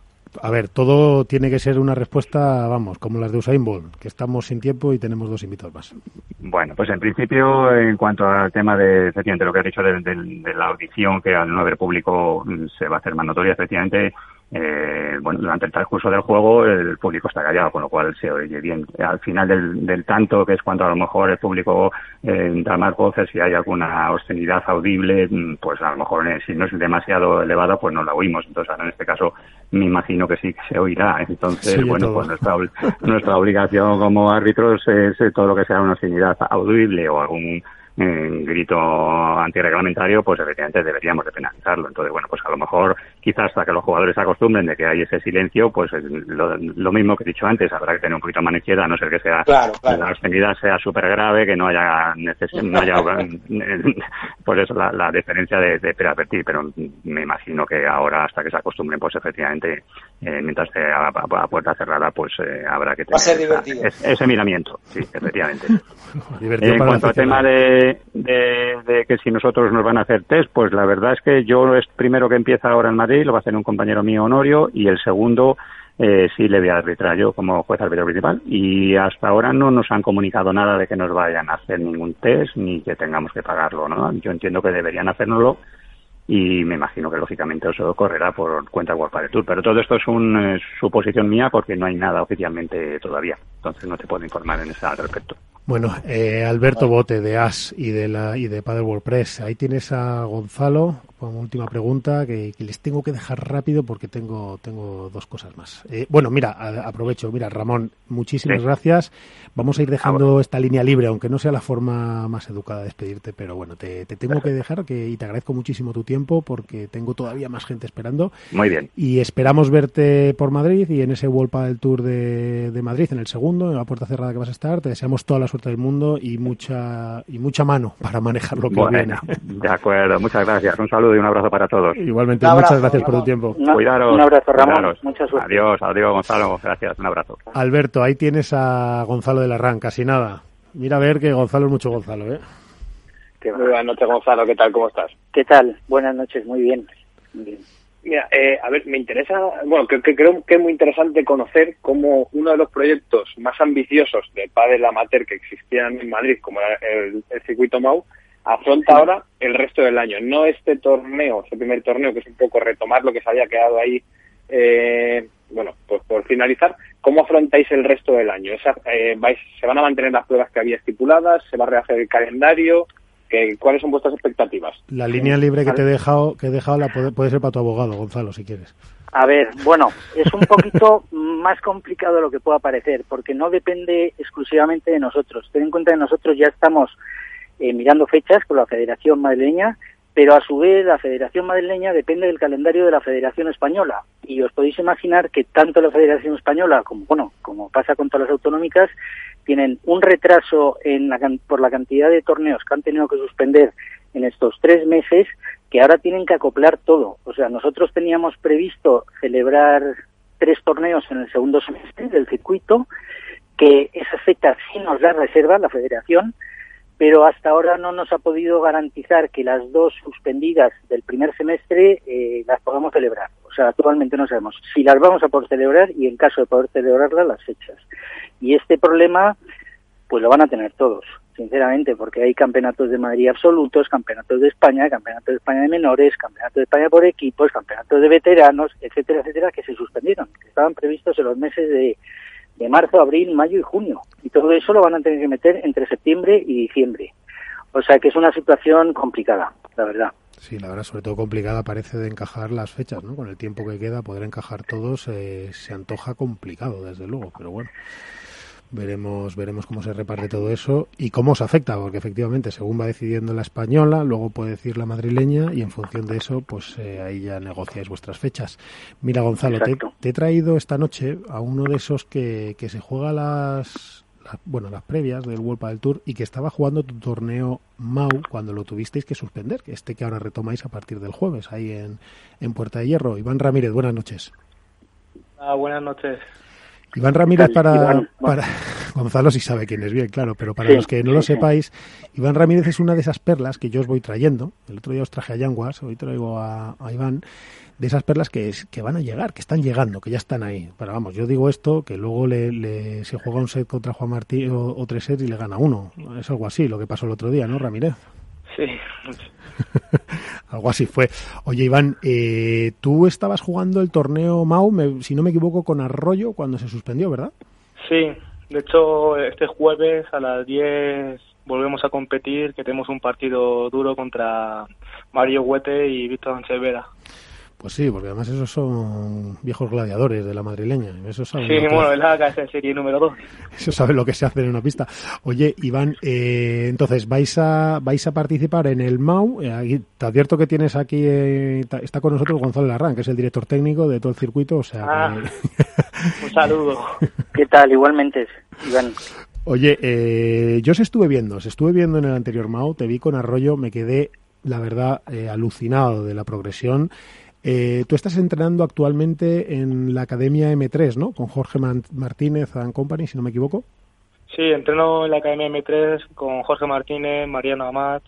A ver, todo tiene que ser una respuesta, vamos, como las de Usain Bolt, que estamos sin tiempo y tenemos dos invitados más. Bueno, pues en principio, en cuanto al tema de, efectivamente, lo que has dicho de, de, de la audición, que al no haber público se va a hacer más notoria, efectivamente, eh, bueno, durante el transcurso del juego el público está callado, con lo cual se oye bien. Al final del, del tanto, que es cuando a lo mejor el público eh, da más voces, si hay alguna obscenidad audible, pues a lo mejor eh, si no es demasiado elevada, pues no la oímos. Entonces, ahora en este caso, me imagino que sí que se oirá. Entonces, sí, bueno, todo. pues nuestra, nuestra obligación como árbitros es eh, todo lo que sea una obscenidad audible o algún en grito antirreglamentario, pues efectivamente deberíamos de penalizarlo. Entonces, bueno, pues a lo mejor quizás hasta que los jugadores se acostumbren de que hay ese silencio, pues lo, lo mismo que he dicho antes, habrá que tener un poquito más izquierda, a no ser que sea claro, claro. la obscenidad sea súper grave, que no haya neces- no haya pues eso, la, la diferencia de, de advertir, pero me imagino que ahora hasta que se acostumbren, pues efectivamente eh, mientras esté a, a, a puerta cerrada, pues eh, habrá que tener esa, ese, ese miramiento, sí, efectivamente. En cuanto al tema de De, de que si nosotros nos van a hacer test, pues la verdad es que yo es primero que empieza ahora en Madrid, lo va a hacer un compañero mío, Honorio, y el segundo eh, sí le voy a arbitrar yo como juez árbitro principal, y hasta ahora no nos han comunicado nada de que nos vayan a hacer ningún test ni que tengamos que pagarlo, ¿no? Yo entiendo que deberían hacérnoslo y me imagino que lógicamente eso correrá por cuenta del World Padel Tour, pero todo esto es una eh, suposición mía porque no hay nada oficialmente todavía, entonces no te puedo informar en ese respecto. Bueno, eh, Alberto Bote de A S y de la y de Padel WordPress. Ahí tienes a Gonzalo como última pregunta que, que les tengo que dejar rápido porque tengo tengo dos cosas más. Eh, bueno, mira, a, aprovecho. Mira, Ramón, muchísimas sí. gracias. Vamos a ir dejando ah, bueno. esta línea libre, aunque no sea la forma más educada de despedirte, pero bueno, te, te tengo que dejar que y te agradezco muchísimo tu tiempo porque tengo todavía más gente esperando. Muy bien. Y esperamos verte por Madrid y en ese World Padel Tour de, de Madrid, en el segundo, en la puerta cerrada que vas a estar. Te deseamos toda la suerte del mundo y mucha y mucha mano para manejar lo que bueno, viene. De acuerdo, muchas gracias. Un saludo y un abrazo para todos. Igualmente, abrazo, muchas gracias Ramón. por tu tiempo. Una, Cuidaros. Un abrazo, Ramón. Cuidaros. Mucha suerte. Adiós, adiós, Gonzalo. Gracias, un abrazo. Alberto, ahí tienes a Gonzalo de la Rán, casi nada. Mira a ver que Gonzalo es mucho Gonzalo, ¿eh? Muy buenas noches, Gonzalo. ¿Qué tal? ¿Cómo estás? ¿Qué tal? Buenas noches, muy bien. Muy bien. Mira, eh, a ver, me interesa, bueno, que, que creo que es muy interesante conocer cómo uno de los proyectos más ambiciosos de pádel amateur que existían en Madrid, como era el, el circuito Mau, afronta ahora el resto del año, no este torneo, este primer torneo, que es un poco retomar lo que se había quedado ahí, eh, bueno, pues por finalizar. ¿Cómo afrontáis el resto del año? Esa, eh, vais, ¿Se van a mantener las pruebas que había estipuladas? ¿Se va a rehacer el calendario? ¿Qué, ¿Cuáles son vuestras expectativas? La línea libre que te he dejado, que he dejado la puede, puede ser para tu abogado, Gonzalo, si quieres. A ver, bueno, es un poquito más complicado de lo que pueda parecer, porque no depende exclusivamente de nosotros. Ten en cuenta que nosotros ya estamos eh, mirando fechas con la Federación Madrileña, pero a su vez la Federación Madrileña depende del calendario de la Federación Española. Y os podéis imaginar que tanto la Federación Española como, bueno, como pasa con todas las autonómicas, tienen un retraso en la, por la cantidad de torneos que han tenido que suspender en estos tres meses, que ahora tienen que acoplar todo. O sea, nosotros teníamos previsto celebrar tres torneos en el segundo semestre del circuito, que esas fechas sí nos las reserva la Federación, pero hasta ahora no nos ha podido garantizar que las dos suspendidas del primer semestre eh, las podamos celebrar. O sea, actualmente no sabemos si las vamos a poder celebrar y en caso de poder celebrarlas, las fechas. Y este problema, pues lo van a tener todos, sinceramente, porque hay campeonatos de Madrid absolutos, campeonatos de España, campeonatos de España de menores, campeonatos de España por equipos, campeonatos de veteranos, etcétera, etcétera, que se suspendieron, que estaban previstos en los meses de, de marzo, abril, mayo y junio. Y todo eso lo van a tener que meter entre septiembre y diciembre. O sea que es una situación complicada, la verdad. Sí, la verdad, sobre todo complicada parece de encajar las fechas, ¿no? Con el tiempo que queda, poder encajar todos eh, se antoja complicado, desde luego, pero bueno. Veremos veremos cómo se reparte todo eso y cómo os afecta, porque efectivamente, según va decidiendo la española, luego puede decir la madrileña y en función de eso, pues eh, ahí ya negociáis vuestras fechas. Mira, Gonzalo, te, te he traído esta noche a uno de esos que, que se juega las, las bueno las previas del World Padel Tour y que estaba jugando tu torneo M A U cuando lo tuvisteis que suspender, que este que ahora retomáis a partir del jueves ahí en, en Puerta de Hierro. Iván Ramírez, buenas noches. Ah, buenas noches. Iván Ramírez, para, Iván, para Gonzalo sí sabe quién es bien, claro, pero para sí, los que no sí, lo sí. sepáis, Iván Ramírez es una de esas perlas que yo os voy trayendo. El otro día os traje a Yanguas, hoy traigo a, a Iván, de esas perlas que, es, que van a llegar, que están llegando, que ya están ahí. Pero vamos, yo digo esto, que luego le, le, se juega un set contra Juan Martí o, o tres sets y le gana uno. Es algo así lo que pasó el otro día, ¿no, Ramírez? Sí. Algo así fue. Oye, Iván, eh, tú estabas jugando el torneo M A U, me, si no me equivoco, con Arroyo cuando se suspendió, ¿verdad? Sí, de hecho, este jueves a las diez volvemos a competir, que tenemos un partido duro contra Mario Huete y Víctor Sánchez Vera. Pues sí, porque además esos son viejos gladiadores de la madrileña. Eso saben Sí, lo bueno, que... es la casa de serie número dos. Eso sabe lo que se hace en una pista. Oye, Iván, eh, entonces, ¿vais a vais a participar en el M A U? Eh, aquí, te advierto que tienes aquí, eh, está con nosotros Gonzalo Larrán, que es el director técnico de todo el circuito, o sea ah, que... Un saludo. ¿Qué tal? Igualmente, Iván. Oye, eh, yo os estuve viendo, os estuve viendo en el anterior M A U, te vi con Arroyo, me quedé, la verdad, eh, alucinado de la progresión. Eh, tú estás entrenando actualmente en la Academia M tres, ¿no? Con Jorge Man- Martínez and Company, si no me equivoco. Sí, entreno en la Academia M tres con Jorge Martínez, Mariano Amat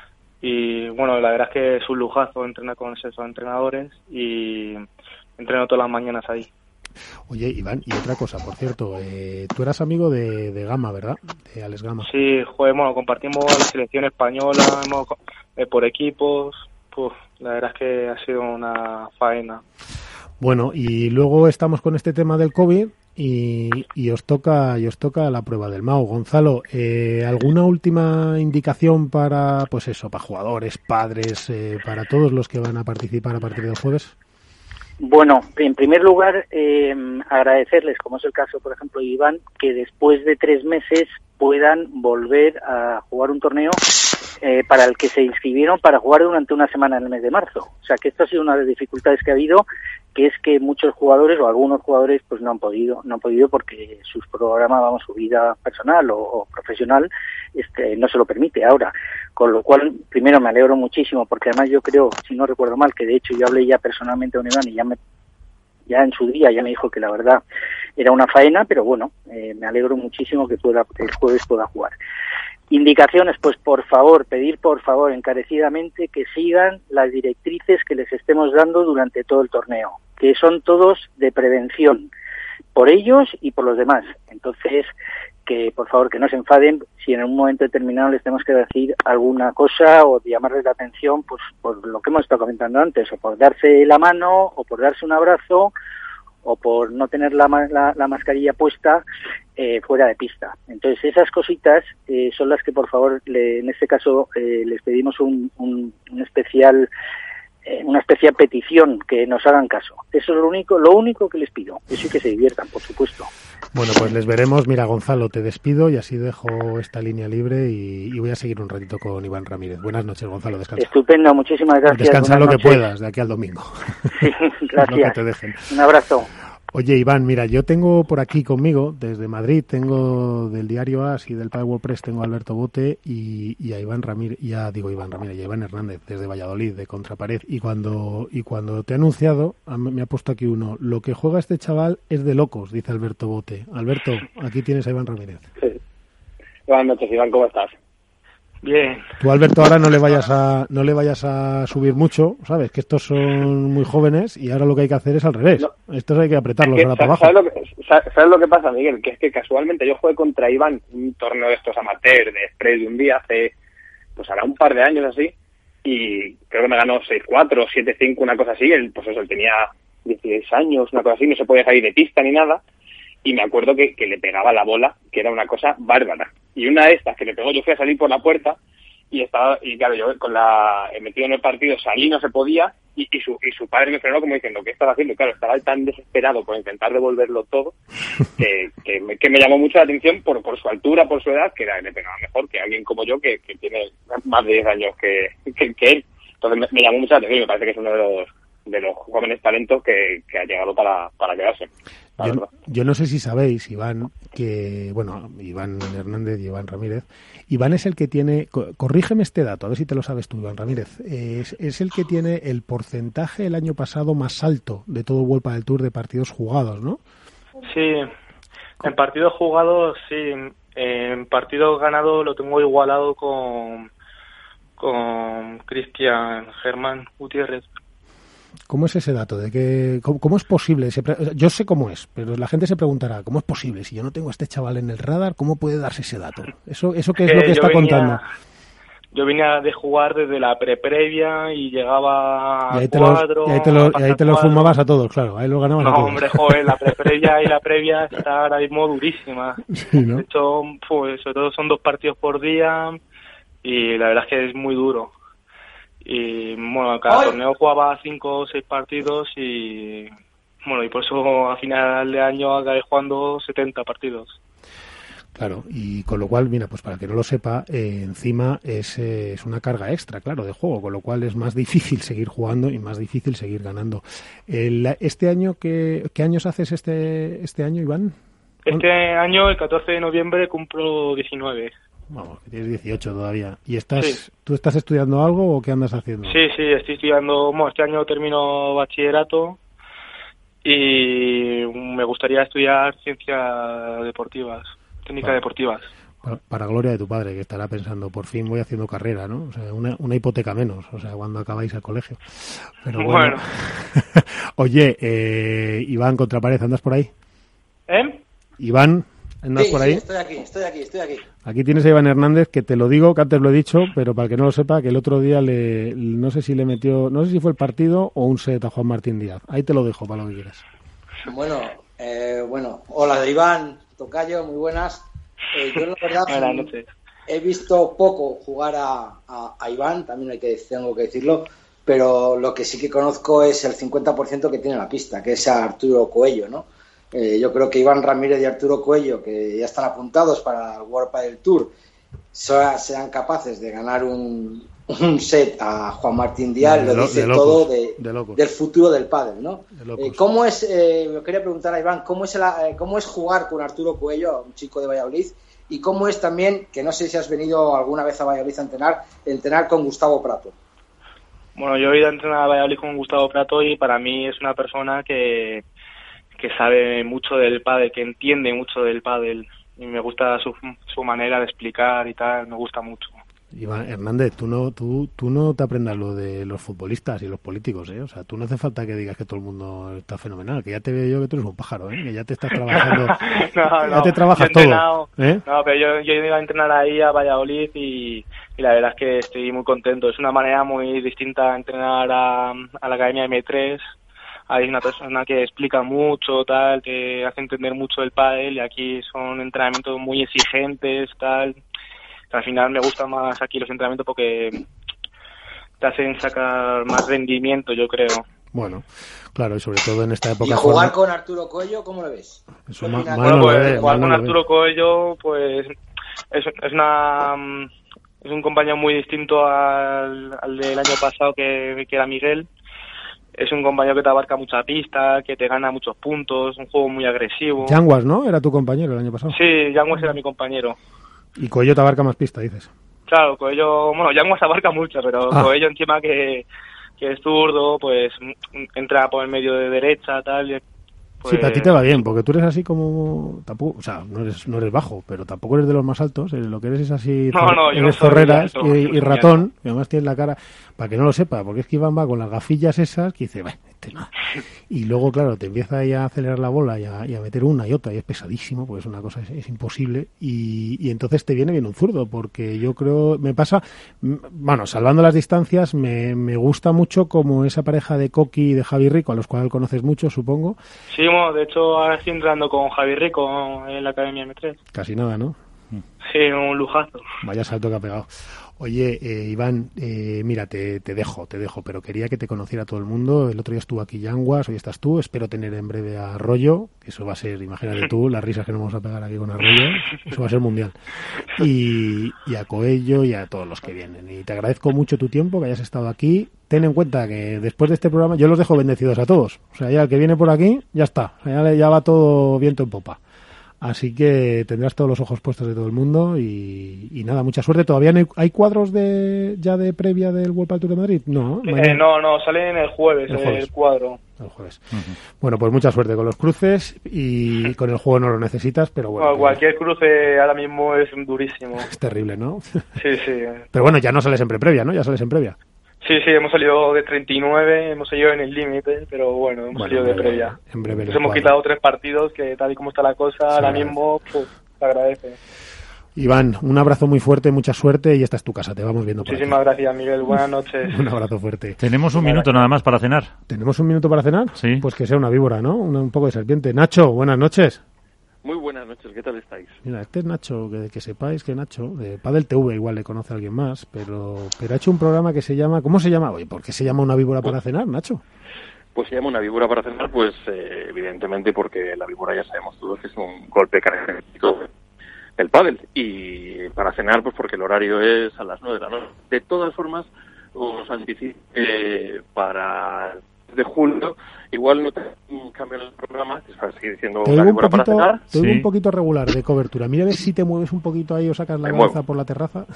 y bueno, la verdad es que es un lujazo entrenar con esos entrenadores y entreno todas las mañanas ahí. Oye, Iván, y otra cosa, por cierto, eh, tú eras amigo de, de Gama, ¿verdad? De Alex Gama. Sí, joder, bueno, compartimos la selección española, hemos, eh, por equipos, pues la verdad es que ha sido una faena. Bueno, y luego estamos con este tema del COVID y, y os toca y os toca la prueba del M A U. Gonzalo, eh, ¿alguna última indicación para, pues eso, para jugadores, padres, eh, para todos los que van a participar a partir del jueves? Bueno, en primer lugar, eh, agradecerles, como es el caso, por ejemplo, de Iván, que después de tres meses puedan volver a jugar un torneo eh, para el que se inscribieron para jugar durante una semana en el mes de marzo. O sea, que esto ha sido una de las dificultades que ha habido, que es que muchos jugadores o algunos jugadores pues no han podido, no han podido porque sus programas, vamos, su vida personal o, o profesional este, no se lo permite ahora. Con lo cual, primero me alegro muchísimo porque además yo creo, si no recuerdo mal, que de hecho yo hablé ya personalmente con Iván y ya me ya en su día ya me dijo que la verdad era una faena, pero bueno, eh, me alegro muchísimo que pueda que el jueves pueda jugar. Indicaciones, pues por favor, pedir por favor encarecidamente que sigan las directrices que les estemos dando durante todo el torneo, que son todos de prevención. por ellos y por los demás. Entonces, que por favor que no se enfaden si en un momento determinado les tenemos que decir alguna cosa o llamarles la atención, pues por lo que hemos estado comentando antes, o por darse la mano, o por darse un abrazo, o por no tener la, la, la mascarilla puesta eh, fuera de pista. Entonces esas cositas eh, son las que por favor, le, en este caso eh, les pedimos un, un, un especial eh, una especial petición, que nos hagan caso. Eso es lo único, lo único que les pido. Eso y que se diviertan, por supuesto. Bueno, pues les veremos. Mira, Gonzalo, te despido y así dejo esta línea libre y, y voy a seguir un ratito con Iván Ramírez. Buenas noches, Gonzalo, descansa. Estupendo, muchísimas gracias. Descansa lo que noches. puedas de aquí al domingo. Sí, gracias. Lo que te dejen. Un abrazo. Oye, Iván, mira, yo tengo por aquí conmigo, desde Madrid, tengo del diario A S y del Power Press, tengo a Alberto Bote y, y a Iván Ramírez, ya digo Iván Ramírez, y a Iván Hernández, desde Valladolid, de Contrapared. Y cuando y cuando te he anunciado, me ha puesto aquí uno, lo que juega este chaval es de locos, dice Alberto Bote. Alberto, aquí tienes a Iván Ramírez. Sí. Buenas noches, Iván, ¿cómo estás? Bien. Tú, Alberto, ahora no le vayas a no le vayas a subir mucho, ¿sabes? Que estos son muy jóvenes y ahora lo que hay que hacer es al revés. No. Estos hay que apretarlos es que, ahora para abajo. ¿sabes lo, que, ¿Sabes lo que pasa, Miguel? Que es que casualmente yo jugué contra Iván un torneo de estos amateur de spray de un día hace, pues hará un par de años así, y creo que me ganó seis cuatro, siete cinco, una cosa así. Él, pues eso, él tenía dieciséis años, una cosa así, no se podía salir de pista ni nada. Y me acuerdo que, que le pegaba la bola, que era una cosa bárbara. Y una de estas que le pegó, yo fui a salir por la puerta y estaba, y claro, yo con la metido en el partido salí, no se podía, y, y su y su padre me frenó como diciendo, ¿qué estaba haciendo? Y claro, estaba tan desesperado por intentar devolverlo todo, que, que, me, que me llamó mucho la atención por, por su altura, por su edad, que era, le pegaba mejor que alguien como yo, que, que tiene más de diez años que, que, que él. Entonces me, me llamó mucho la atención y me parece que es uno de los de los jóvenes talentos que, que ha llegado para, para quedarse. Yo, yo no sé si sabéis, Iván, que, bueno, Iván Hernández y Iván Ramírez, Iván es el que tiene, corrígeme este dato, a ver si te lo sabes tú, Iván Ramírez, es, es el que tiene el porcentaje el año pasado más alto de todo World Padel Tour de partidos jugados, ¿no? Sí, en partidos jugados, sí, en partidos ganados lo tengo igualado con, con Cristian Germán Gutiérrez. ¿Cómo es ese dato? ¿De que, cómo, cómo es posible? Se pre- yo sé cómo es, pero la gente se preguntará, ¿cómo es posible? Si yo no tengo a este chaval en el radar, ¿cómo puede darse ese dato? ¿Eso, eso qué es eh, lo que está venía, contando? Yo venía de jugar desde la pre-previa y llegaba y ahí te a cuadro... Los, y ahí te, lo, y ahí te los fumabas a todos, claro, ahí los ganabas no, a todos. No, hombre, joder, la pre-previa y la previa está ahora mismo durísima. Sí, ¿no? De hecho, pues, sobre todo son dos partidos por día y la verdad es que es muy duro. Y bueno, cada ¡ay! Torneo jugaba cinco o seis partidos y bueno, y por eso a final de año acabé jugando setenta partidos. Claro, y con lo cual, mira, pues para que no lo sepa, eh, encima es, eh, es una carga extra, claro, de juego, con lo cual es más difícil seguir jugando y más difícil seguir ganando. El, este año, ¿qué, qué años haces este este año, Iván? Este año, el catorce de noviembre, cumplo diecinueve. Vamos, que tienes dieciocho todavía. ¿Y estás, sí. tú estás estudiando algo o qué andas haciendo? Sí, sí, estoy estudiando, bueno, este año termino bachillerato y me gustaría estudiar ciencias deportivas, técnicas para, deportivas. Para, para gloria de tu padre, que estará pensando, por fin voy haciendo carrera, ¿no? O sea, una, una hipoteca menos, o sea, cuando acabáis el colegio. Pero bueno. bueno. Oye, eh, Iván, Contrapared, ¿andas por ahí? ¿Eh? Iván, ¿andas sí, por ahí? Sí, estoy aquí, estoy aquí, estoy aquí. Aquí tienes a Iván Hernández, que te lo digo, que antes lo he dicho, pero para que no lo sepa, que el otro día le, no sé si le metió, no sé si fue el partido o un set a Juan Martín Díaz. Ahí te lo dejo para lo que quieras. Bueno, eh, bueno, hola Iván, tocayo, muy buenas. Eh, yo la verdad buenas noches. He visto poco jugar a, a, a Iván, también hay que tengo que decirlo, pero lo que sí que conozco es el cincuenta por ciento que tiene la pista, que es a Arturo Coello, ¿no? Eh, yo creo que Iván Ramírez y Arturo Coello, que ya están apuntados para el World Padel Tour, serán capaces de ganar un, un set a Juan Martín Díaz, de, lo dice de locos, todo de, de del futuro del pádel, ¿no? De eh, ¿Cómo es, eh, me quería preguntar a Iván, ¿cómo es, el, eh, cómo es jugar con Arturo Coello, un chico de Valladolid, y cómo es también, que no sé si has venido alguna vez a Valladolid a entrenar, entrenar con Gustavo Prato? Bueno, yo he ido a entrenar a Valladolid con Gustavo Prato y para mí es una persona que que sabe mucho del pádel, que entiende mucho del pádel y me gusta su, su manera de explicar y tal, me gusta mucho. Iván Hernández, tú no, tú, tú no te aprendas lo de los futbolistas y los políticos, ¿eh? O sea, tú no hace falta que digas que todo el mundo está fenomenal, que ya te veo yo que tú eres un pájaro, ¿eh? Que ya te estás trabajando, no, ya no, te trabajas yo he entrenado, todo, ¿eh? No, pero yo, yo he ido a entrenar ahí a Valladolid y, y la verdad es que estoy muy contento. Es una manera muy distinta a entrenar a, a la Academia eme tres. Hay una persona que explica mucho, tal, que hace entender mucho el pádel, y aquí son entrenamientos muy exigentes, tal. Al final me gustan más aquí los entrenamientos porque te hacen sacar más rendimiento, yo creo. Bueno, claro, y sobre todo en esta época... ¿Y jugar con Arturo Coello, cómo lo ves? Eso ma- bueno, pues ve, jugar con no Arturo Coello, pues es, es una es un compañero muy distinto al, al del año pasado que, que era Miguel. Es un compañero que te abarca mucha pista, que te gana muchos puntos, un juego muy agresivo. Yanguas, ¿no? Era tu compañero el año pasado. Sí, Yanguas era mi compañero. Y Coello te abarca más pista, dices. Claro, Coello, bueno, Yanguas abarca mucho, pero ah. Coello encima que, que es zurdo, pues entra por el medio de derecha, tal. Pues... Sí, pero a ti te va bien, porque tú eres así como... Tampoco, o sea, no eres, no eres bajo, pero tampoco eres de los más altos. Eh, lo que eres es así... No, no, yo eres no soy zorreras alto, y, no y ratón, que además tienes la cara... Para que no lo sepa, porque es que Iván va con las gafillas esas que dice, bueno, este no. Y luego, claro, te empieza ahí a acelerar la bola y a, y a meter una y otra, y es pesadísimo, pues es una cosa, es, es imposible. Y, y entonces te viene bien un zurdo, porque yo creo... Me pasa... Bueno, salvando las distancias, me, me gusta mucho como esa pareja de Coqui y de Javi Rico, a los cuales conoces mucho, supongo. Sí, bueno, de hecho ahora estoy entrando con Javi Rico en la Academia eme tres. Casi nada, ¿no? Sí, un lujazo. Vaya salto que ha pegado. Oye, eh, Iván, eh, mira, te, te dejo, te dejo, pero quería que te conociera todo el mundo. El otro día estuvo aquí Yanguas, hoy estás tú. Espero tener en breve a Arroyo, que eso va a ser, imagínate tú, las risas que nos vamos a pegar aquí con Arroyo, eso va a ser mundial. Y, y a Coello y a todos los que vienen. Y te agradezco mucho tu tiempo, que hayas estado aquí. Ten en cuenta que después de este programa yo los dejo bendecidos a todos. O sea, ya el que viene por aquí, ya está. Ya, ya va todo viento en popa. Así que tendrás todos los ojos puestos de todo el mundo y, y nada, mucha suerte. ¿Todavía no hay, hay cuadros de ya de previa del World Padel Tour de Madrid? No, eh, no, no, salen el jueves, el, jueves. el cuadro. El jueves. Uh-huh. Bueno, pues mucha suerte con los cruces y con el juego no lo necesitas, pero bueno. bueno cualquier cruce ahora mismo es durísimo. Es terrible, ¿no? Sí, sí. Pero bueno, ya no sales en pre-previa, ¿no? Ya sales en previa. Sí, sí, hemos salido de treinta y nueve, hemos salido en el límite, pero bueno, hemos bueno, salido de previa. En breve Nos hemos quitado tres partidos que tal y como está la cosa, sí, ahora mismo, pues, te agradece. Iván, un abrazo muy fuerte, mucha suerte y esta es tu casa, te vamos viendo por Muchísimas aquí. gracias, Miguel, buenas noches. Un abrazo fuerte. Tenemos un minuto nada más para cenar. ¿Tenemos un minuto para cenar? Sí. Pues que sea una víbora, ¿no? Una, un poco de serpiente. Nacho, buenas noches. Muy buenas noches, ¿qué tal estáis? Mira, este es Nacho, que, que sepáis que Nacho, de Padel T V igual le conoce a alguien más, pero pero ha hecho un programa que se llama, ¿cómo se llama? Oye, ¿por qué se llama Una víbora para cenar, Nacho? Pues se llama Una víbora para cenar, pues eh, evidentemente porque la víbora ya sabemos todos que es un golpe característico del pádel, y para cenar pues porque el horario es a las nueve de la noche. De todas formas, os anticipo que para de julio igual no te cambio el programa, que es seguir diciendo te la un víbora poquito, para cenar. Te oigo Sí. un poquito regular de cobertura. Mira a ver si te mueves un poquito ahí o sacas la Me cabeza muevo. por la terraza.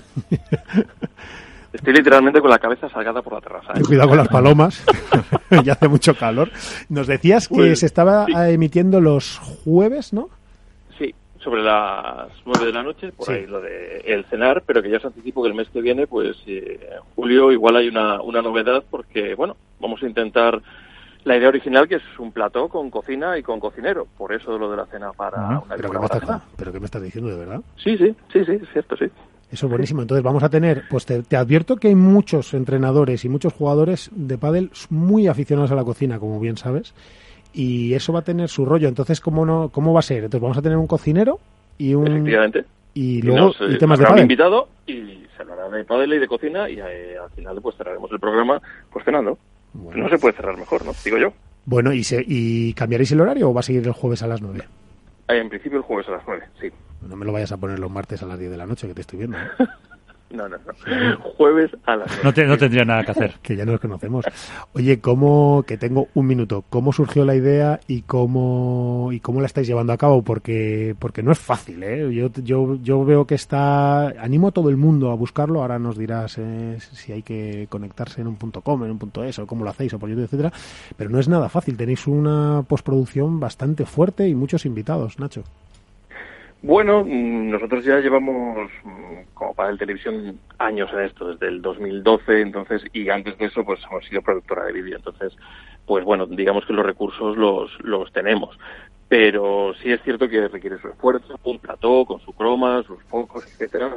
Estoy literalmente con la cabeza salgada por la terraza. ¿eh? Cuidado con las palomas, ya hace mucho calor. Nos decías que Uy, se estaba sí. emitiendo los jueves, ¿no? Sí, sobre las nueve de la noche, por Sí. ahí lo de el cenar, pero que ya os anticipo que el mes que viene, pues eh, en julio igual hay una, una novedad, porque, bueno, vamos a intentar la idea original, que es un plató con cocina y con cocinero, por eso lo de la cena para Ah, una pero, ¿qué me estás, ¿Pero qué me estás diciendo, de verdad? Sí, sí, sí, sí, es cierto, sí. Eso es buenísimo. Entonces vamos a tener, pues te, te advierto que hay muchos entrenadores y muchos jugadores de pádel muy aficionados a la cocina, como bien sabes, y eso va a tener su rollo. Entonces, ¿cómo no, cómo va a ser? Entonces vamos a tener un cocinero y un... Efectivamente. Y luego nos, y eh, temas de habrá un pádel. invitado y se hablará de pádel y de cocina, y eh, al final pues cerraremos el programa pues cenando. Bueno. No se puede cerrar mejor, ¿no? Digo yo. Bueno, ¿y, se, ¿y cambiaréis el horario o va a seguir el jueves a las nueve? Eh, En principio el jueves a las nueve, sí. No me lo vayas a poner los martes a las diez de la noche, que te estoy viendo. ¿eh? No, no, no. Jueves a las nueve. No, te, no tendría nada que hacer. Que ya nos conocemos. Oye, ¿cómo, que tengo un minuto, cómo surgió la idea y cómo y cómo la estáis llevando a cabo? Porque porque no es fácil, ¿eh? Yo, yo, yo veo que está... Animo a todo el mundo a buscarlo. Ahora nos dirás eh, si hay que conectarse en un punto com, en un punto es, o cómo lo hacéis, o por YouTube, etcétera. Pero no es nada fácil. Tenéis una postproducción bastante fuerte y muchos invitados, Nacho. Bueno, nosotros ya llevamos como Padel Televisión años en esto, desde el dos mil doce, entonces, y antes de eso pues hemos sido productora de vídeo, entonces, pues bueno, digamos que los recursos los, los tenemos. Pero sí es cierto que requiere su esfuerzo, un plató con su croma, sus focos, etcétera.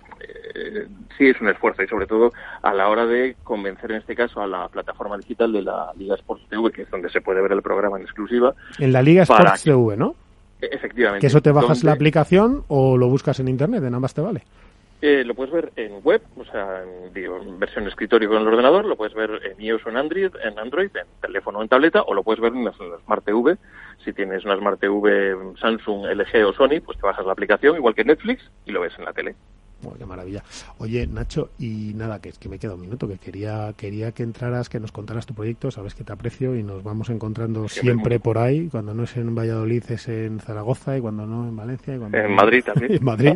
Eh, sí es un esfuerzo, y sobre todo a la hora de convencer en este caso a la plataforma digital de la Liga Sports T V, que es donde se puede ver el programa en exclusiva. En la Liga Sports T V, ¿no? Efectivamente. ¿Que eso te bajas donde, la aplicación o lo buscas en internet? En ambas te vale. Eh, lo puedes ver en web, o sea, en, digo, en versión escritorio con el ordenador, lo puedes ver en iOS o en Android, en Android, en teléfono o en tableta, o lo puedes ver en una, en una Smart T V. Si tienes una Smart T V Samsung, L G o Sony, pues te bajas la aplicación, igual que Netflix, y lo ves en la tele. Oh, qué maravilla. Oye, Nacho, y nada, que es que me queda un minuto, que quería quería que entraras, que nos contaras tu proyecto, sabes que te aprecio y nos vamos encontrando siempre, siempre por ahí, cuando no es en Valladolid es en Zaragoza y cuando no en Valencia y cuando en no, Madrid también. En Madrid.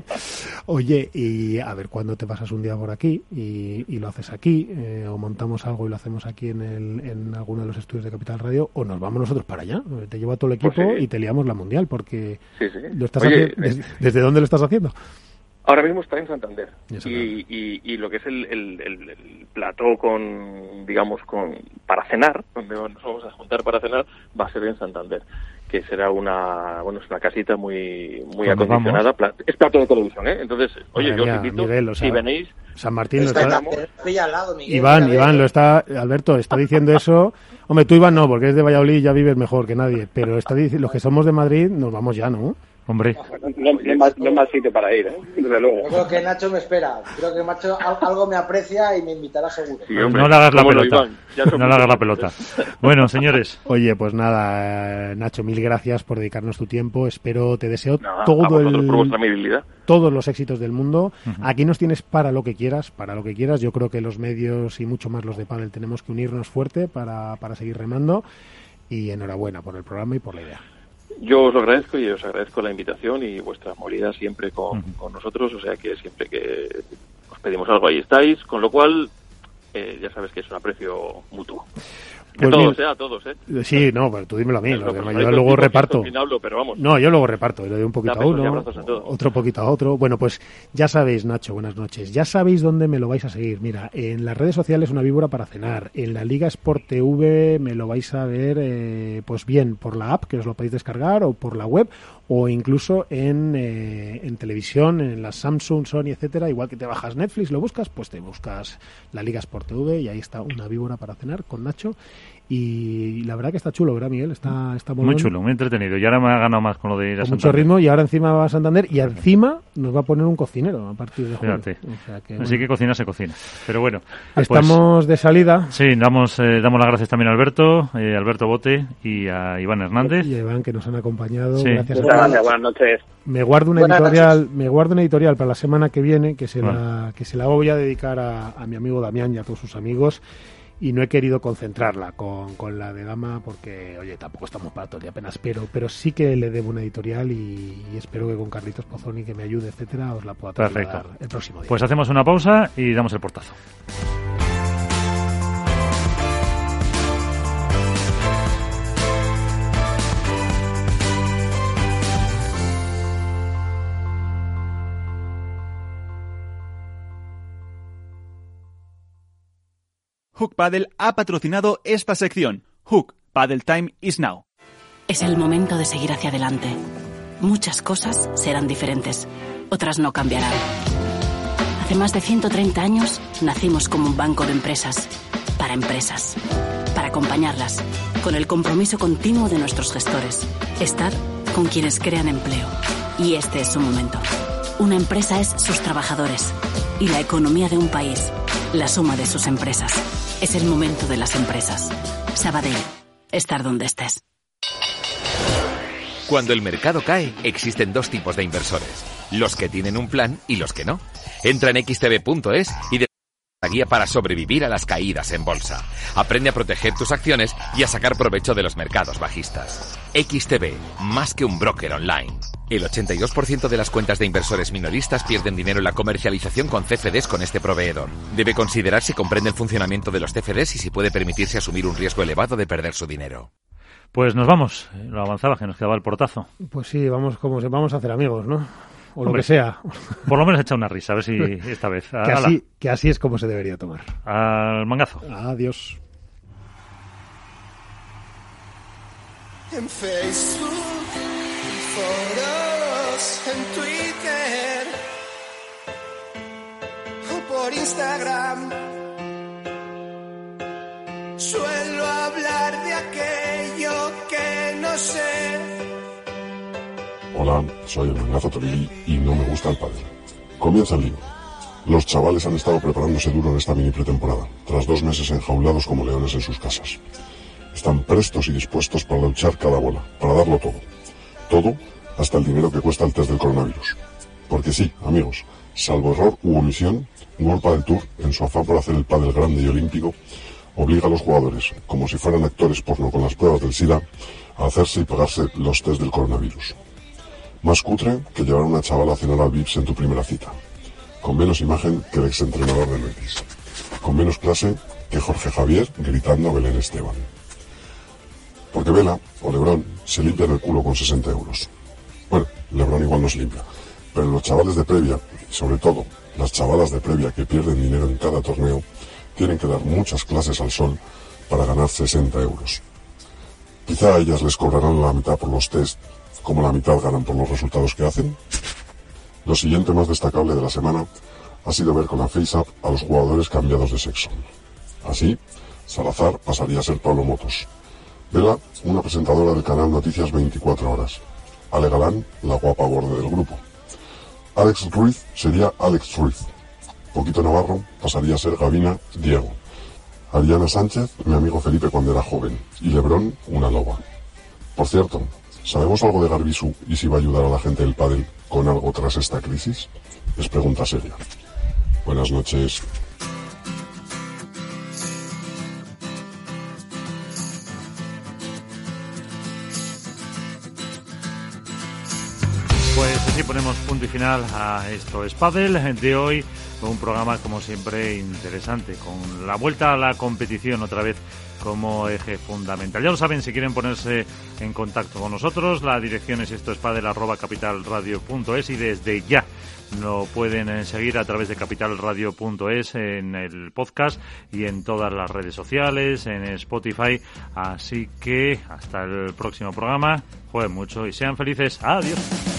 Oye, y a ver cuándo te pasas un día por aquí y, y lo haces aquí, eh, o montamos algo y lo hacemos aquí en, el, en alguno de los estudios de Capital Radio, o nos vamos nosotros para allá, te llevo a todo el equipo pues sí. y te liamos la mundial, porque sí, sí. lo estás Oye, haciendo, ¿desde, ¿desde dónde lo estás haciendo? Ahora mismo está en Santander y, y, y lo que es el, el, el, el plató con, digamos, con para cenar, donde nos vamos a juntar para cenar, va a ser en Santander, que será una, bueno, es una casita muy muy acondicionada, pla, es plato de televisión, ¿eh? Entonces, oye, Madre yo os invito, Miguel, o sea, si venís... San Martín está, lo está... al lado, Miguel, Iván, Iván, lo está, Alberto, está diciendo eso. Hombre, tú, Iván, no, porque es de Valladolid y ya vives mejor que nadie, pero está diciendo, los que somos de Madrid nos vamos ya, ¿no? Hombre. No, no, no, más, no más sitio para ir, ¿eh? Desde luego. Yo creo que Nacho me espera. Creo que Nacho algo me aprecia y me invitará seguro. Sí, hombre, no le hagas la pelota. No le hagas la pelota. Bueno, señores. Oye, pues nada, Nacho, mil gracias por dedicarnos tu tiempo. Espero, te deseo nada, todo a el por vuestra amabilidad. todos los éxitos del mundo. Uh-huh. Aquí nos tienes para lo que quieras, para lo que quieras. Yo creo que los medios y mucho más los de Padel tenemos que unirnos fuerte para, para seguir remando. Y enhorabuena por el programa y por la idea. Yo os lo agradezco y os agradezco la invitación y vuestra amabilidad siempre con, uh-huh. con nosotros, o sea que siempre que os pedimos algo ahí estáis, con lo cual eh, ya sabes que es un aprecio mutuo. Que pues todos, bien, eh, a todos, ¿eh? Sí, no, pero tú dímelo a mí, no, lo que pues yo luego reparto. Hablo, pero vamos. No, yo luego reparto, le doy un poquito a uno, a otro poquito a otro. Bueno, pues ya sabéis, Nacho, buenas noches. Ya sabéis dónde me lo vais a seguir. Mira, en las redes sociales Una Víbora para Cenar, en la Liga Sport T V me lo vais a ver, eh, pues bien, por la app, que os lo podéis descargar, o por la web, o incluso en, eh, en televisión, en las Samsung, Sony, etcétera. Igual que te bajas Netflix, lo buscas, pues te buscas la Liga Sport T V y ahí está Una Víbora para Cenar con Nacho. Y la verdad que está chulo, ¿verdad, Miguel? Está, está muy chulo, muy entretenido. Y ahora me ha ganado más con lo de ir a con Santander. Mucho ritmo, y ahora encima va a Santander y encima nos va a poner un cocinero a partir de julio. Fíjate. O sea que, Así bueno. que cocina se cocina. Pero bueno. Estamos pues, de salida. Sí, damos, eh, damos las gracias también a Alberto, eh, Alberto Bote y a Iván Hernández. Y a Iván, que nos han acompañado. Sí. Gracias Muchas a gracias, buenas noches. Me guardo una Buenas editorial, noches. me guardo una editorial para la semana que viene que se Bueno. la que se la voy a dedicar a, a mi amigo Damián y a todos sus amigos. Y no he querido concentrarla con, con la de Gama porque, oye, tampoco estamos para todo el día apenas, pero, pero sí que le debo una editorial y, y espero que con Carlitos Pozzoni, que me ayude, etcétera, os la pueda trasladar el próximo día. Pues hacemos una pausa y damos el portazo. Hook Paddle ha patrocinado esta sección. Hook Paddle Time is now. Es el momento de seguir hacia adelante. Muchas cosas serán diferentes, otras no cambiarán. Hace más de ciento treinta años nacimos como un banco de empresas, para empresas, para acompañarlas, con el compromiso continuo de nuestros gestores. Estar con quienes crean empleo. Y este es su momento. Una empresa es sus trabajadores y la economía de un país, la suma de sus empresas. Es el momento de las empresas. Sabadell, estar donde estés. Cuando el mercado cae, existen dos tipos de inversores. Los que tienen un plan y los que no. Entra en equis te ve punto es y de la guía para sobrevivir a las caídas en bolsa. Aprende a proteger tus acciones y a sacar provecho de los mercados bajistas. equis te ve, más que un broker online. El ochenta y dos por ciento de las cuentas de inversores minoristas pierden dinero en la comercialización con ce efe des con este proveedor. Debe considerar si comprende el funcionamiento de los ce efe des y si puede permitirse asumir un riesgo elevado de perder su dinero. Pues nos vamos. Lo avanzaba, que nos quedaba el portazo. Pues sí, vamos como se vamos a hacer amigos, ¿no? O Hombre, lo que sea. Por lo menos echa una risa, a ver si esta vez. que, así, que así es como se debería tomar. Al mangazo. Adiós. En Facebook, en foros, en Twitter o por Instagram. Suelo hablar de aquello que no sé. Hola, soy el Mangazo Toril y no me gusta el pádel. Comienza el lío. Los chavales han estado preparándose duro en esta mini pretemporada, tras dos meses enjaulados como leones en sus casas. Están prestos y dispuestos para luchar cada bola, para darlo todo. Todo, hasta el dinero que cuesta el test del coronavirus. Porque sí, amigos, salvo error u omisión, World Padel Tour, en su afán por hacer el pádel grande y olímpico, obliga a los jugadores, como si fueran actores porno con las pruebas del SIDA, a hacerse y pagarse los test del coronavirus. Más cutre que llevar a una chavala a cenar al Vips en tu primera cita. Con menos imagen que el exentrenador del Betis. Con menos clase que Jorge Javier gritando a Belén Esteban. Porque Vela o Lebrón se limpian el culo con sesenta euros. Bueno, Lebrón igual no se limpia, pero los chavales de previa, y sobre todo las chavalas de previa que pierden dinero en cada torneo, tienen que dar muchas clases al sol para ganar sesenta euros. Quizá a ellas les cobrarán la mitad por los test, como la mitad ganan por los resultados que hacen. Lo siguiente más destacable de la semana ha sido ver con la FaceApp a los jugadores cambiados de sexo. Así, Salazar pasaría a ser Pablo Motos. Vela, una presentadora del canal Noticias veinticuatro horas. Ale Galán, la guapa borde del grupo. Alex Ruiz sería Alex Ruiz. Poquito Navarro pasaría a ser Gavina Diego. Ariana Sánchez, mi amigo Felipe cuando era joven. Y Lebrón, una loba. Por cierto, ¿sabemos algo de Garbisu y si va a ayudar a la gente del pádel con algo tras esta crisis? Es pregunta seria. Buenas noches. Pues así ponemos punto y final a Esto es Pádel de hoy, un programa como siempre interesante, con la vuelta a la competición otra vez como eje fundamental. Ya lo saben, si quieren ponerse en contacto con nosotros, la dirección es esto es padel arroba capitalradio punto es y desde ya lo pueden seguir a través de capitalradio punto es en el podcast y en todas las redes sociales, en Spotify. Así que hasta el próximo programa, jueguen mucho y sean felices. Adiós.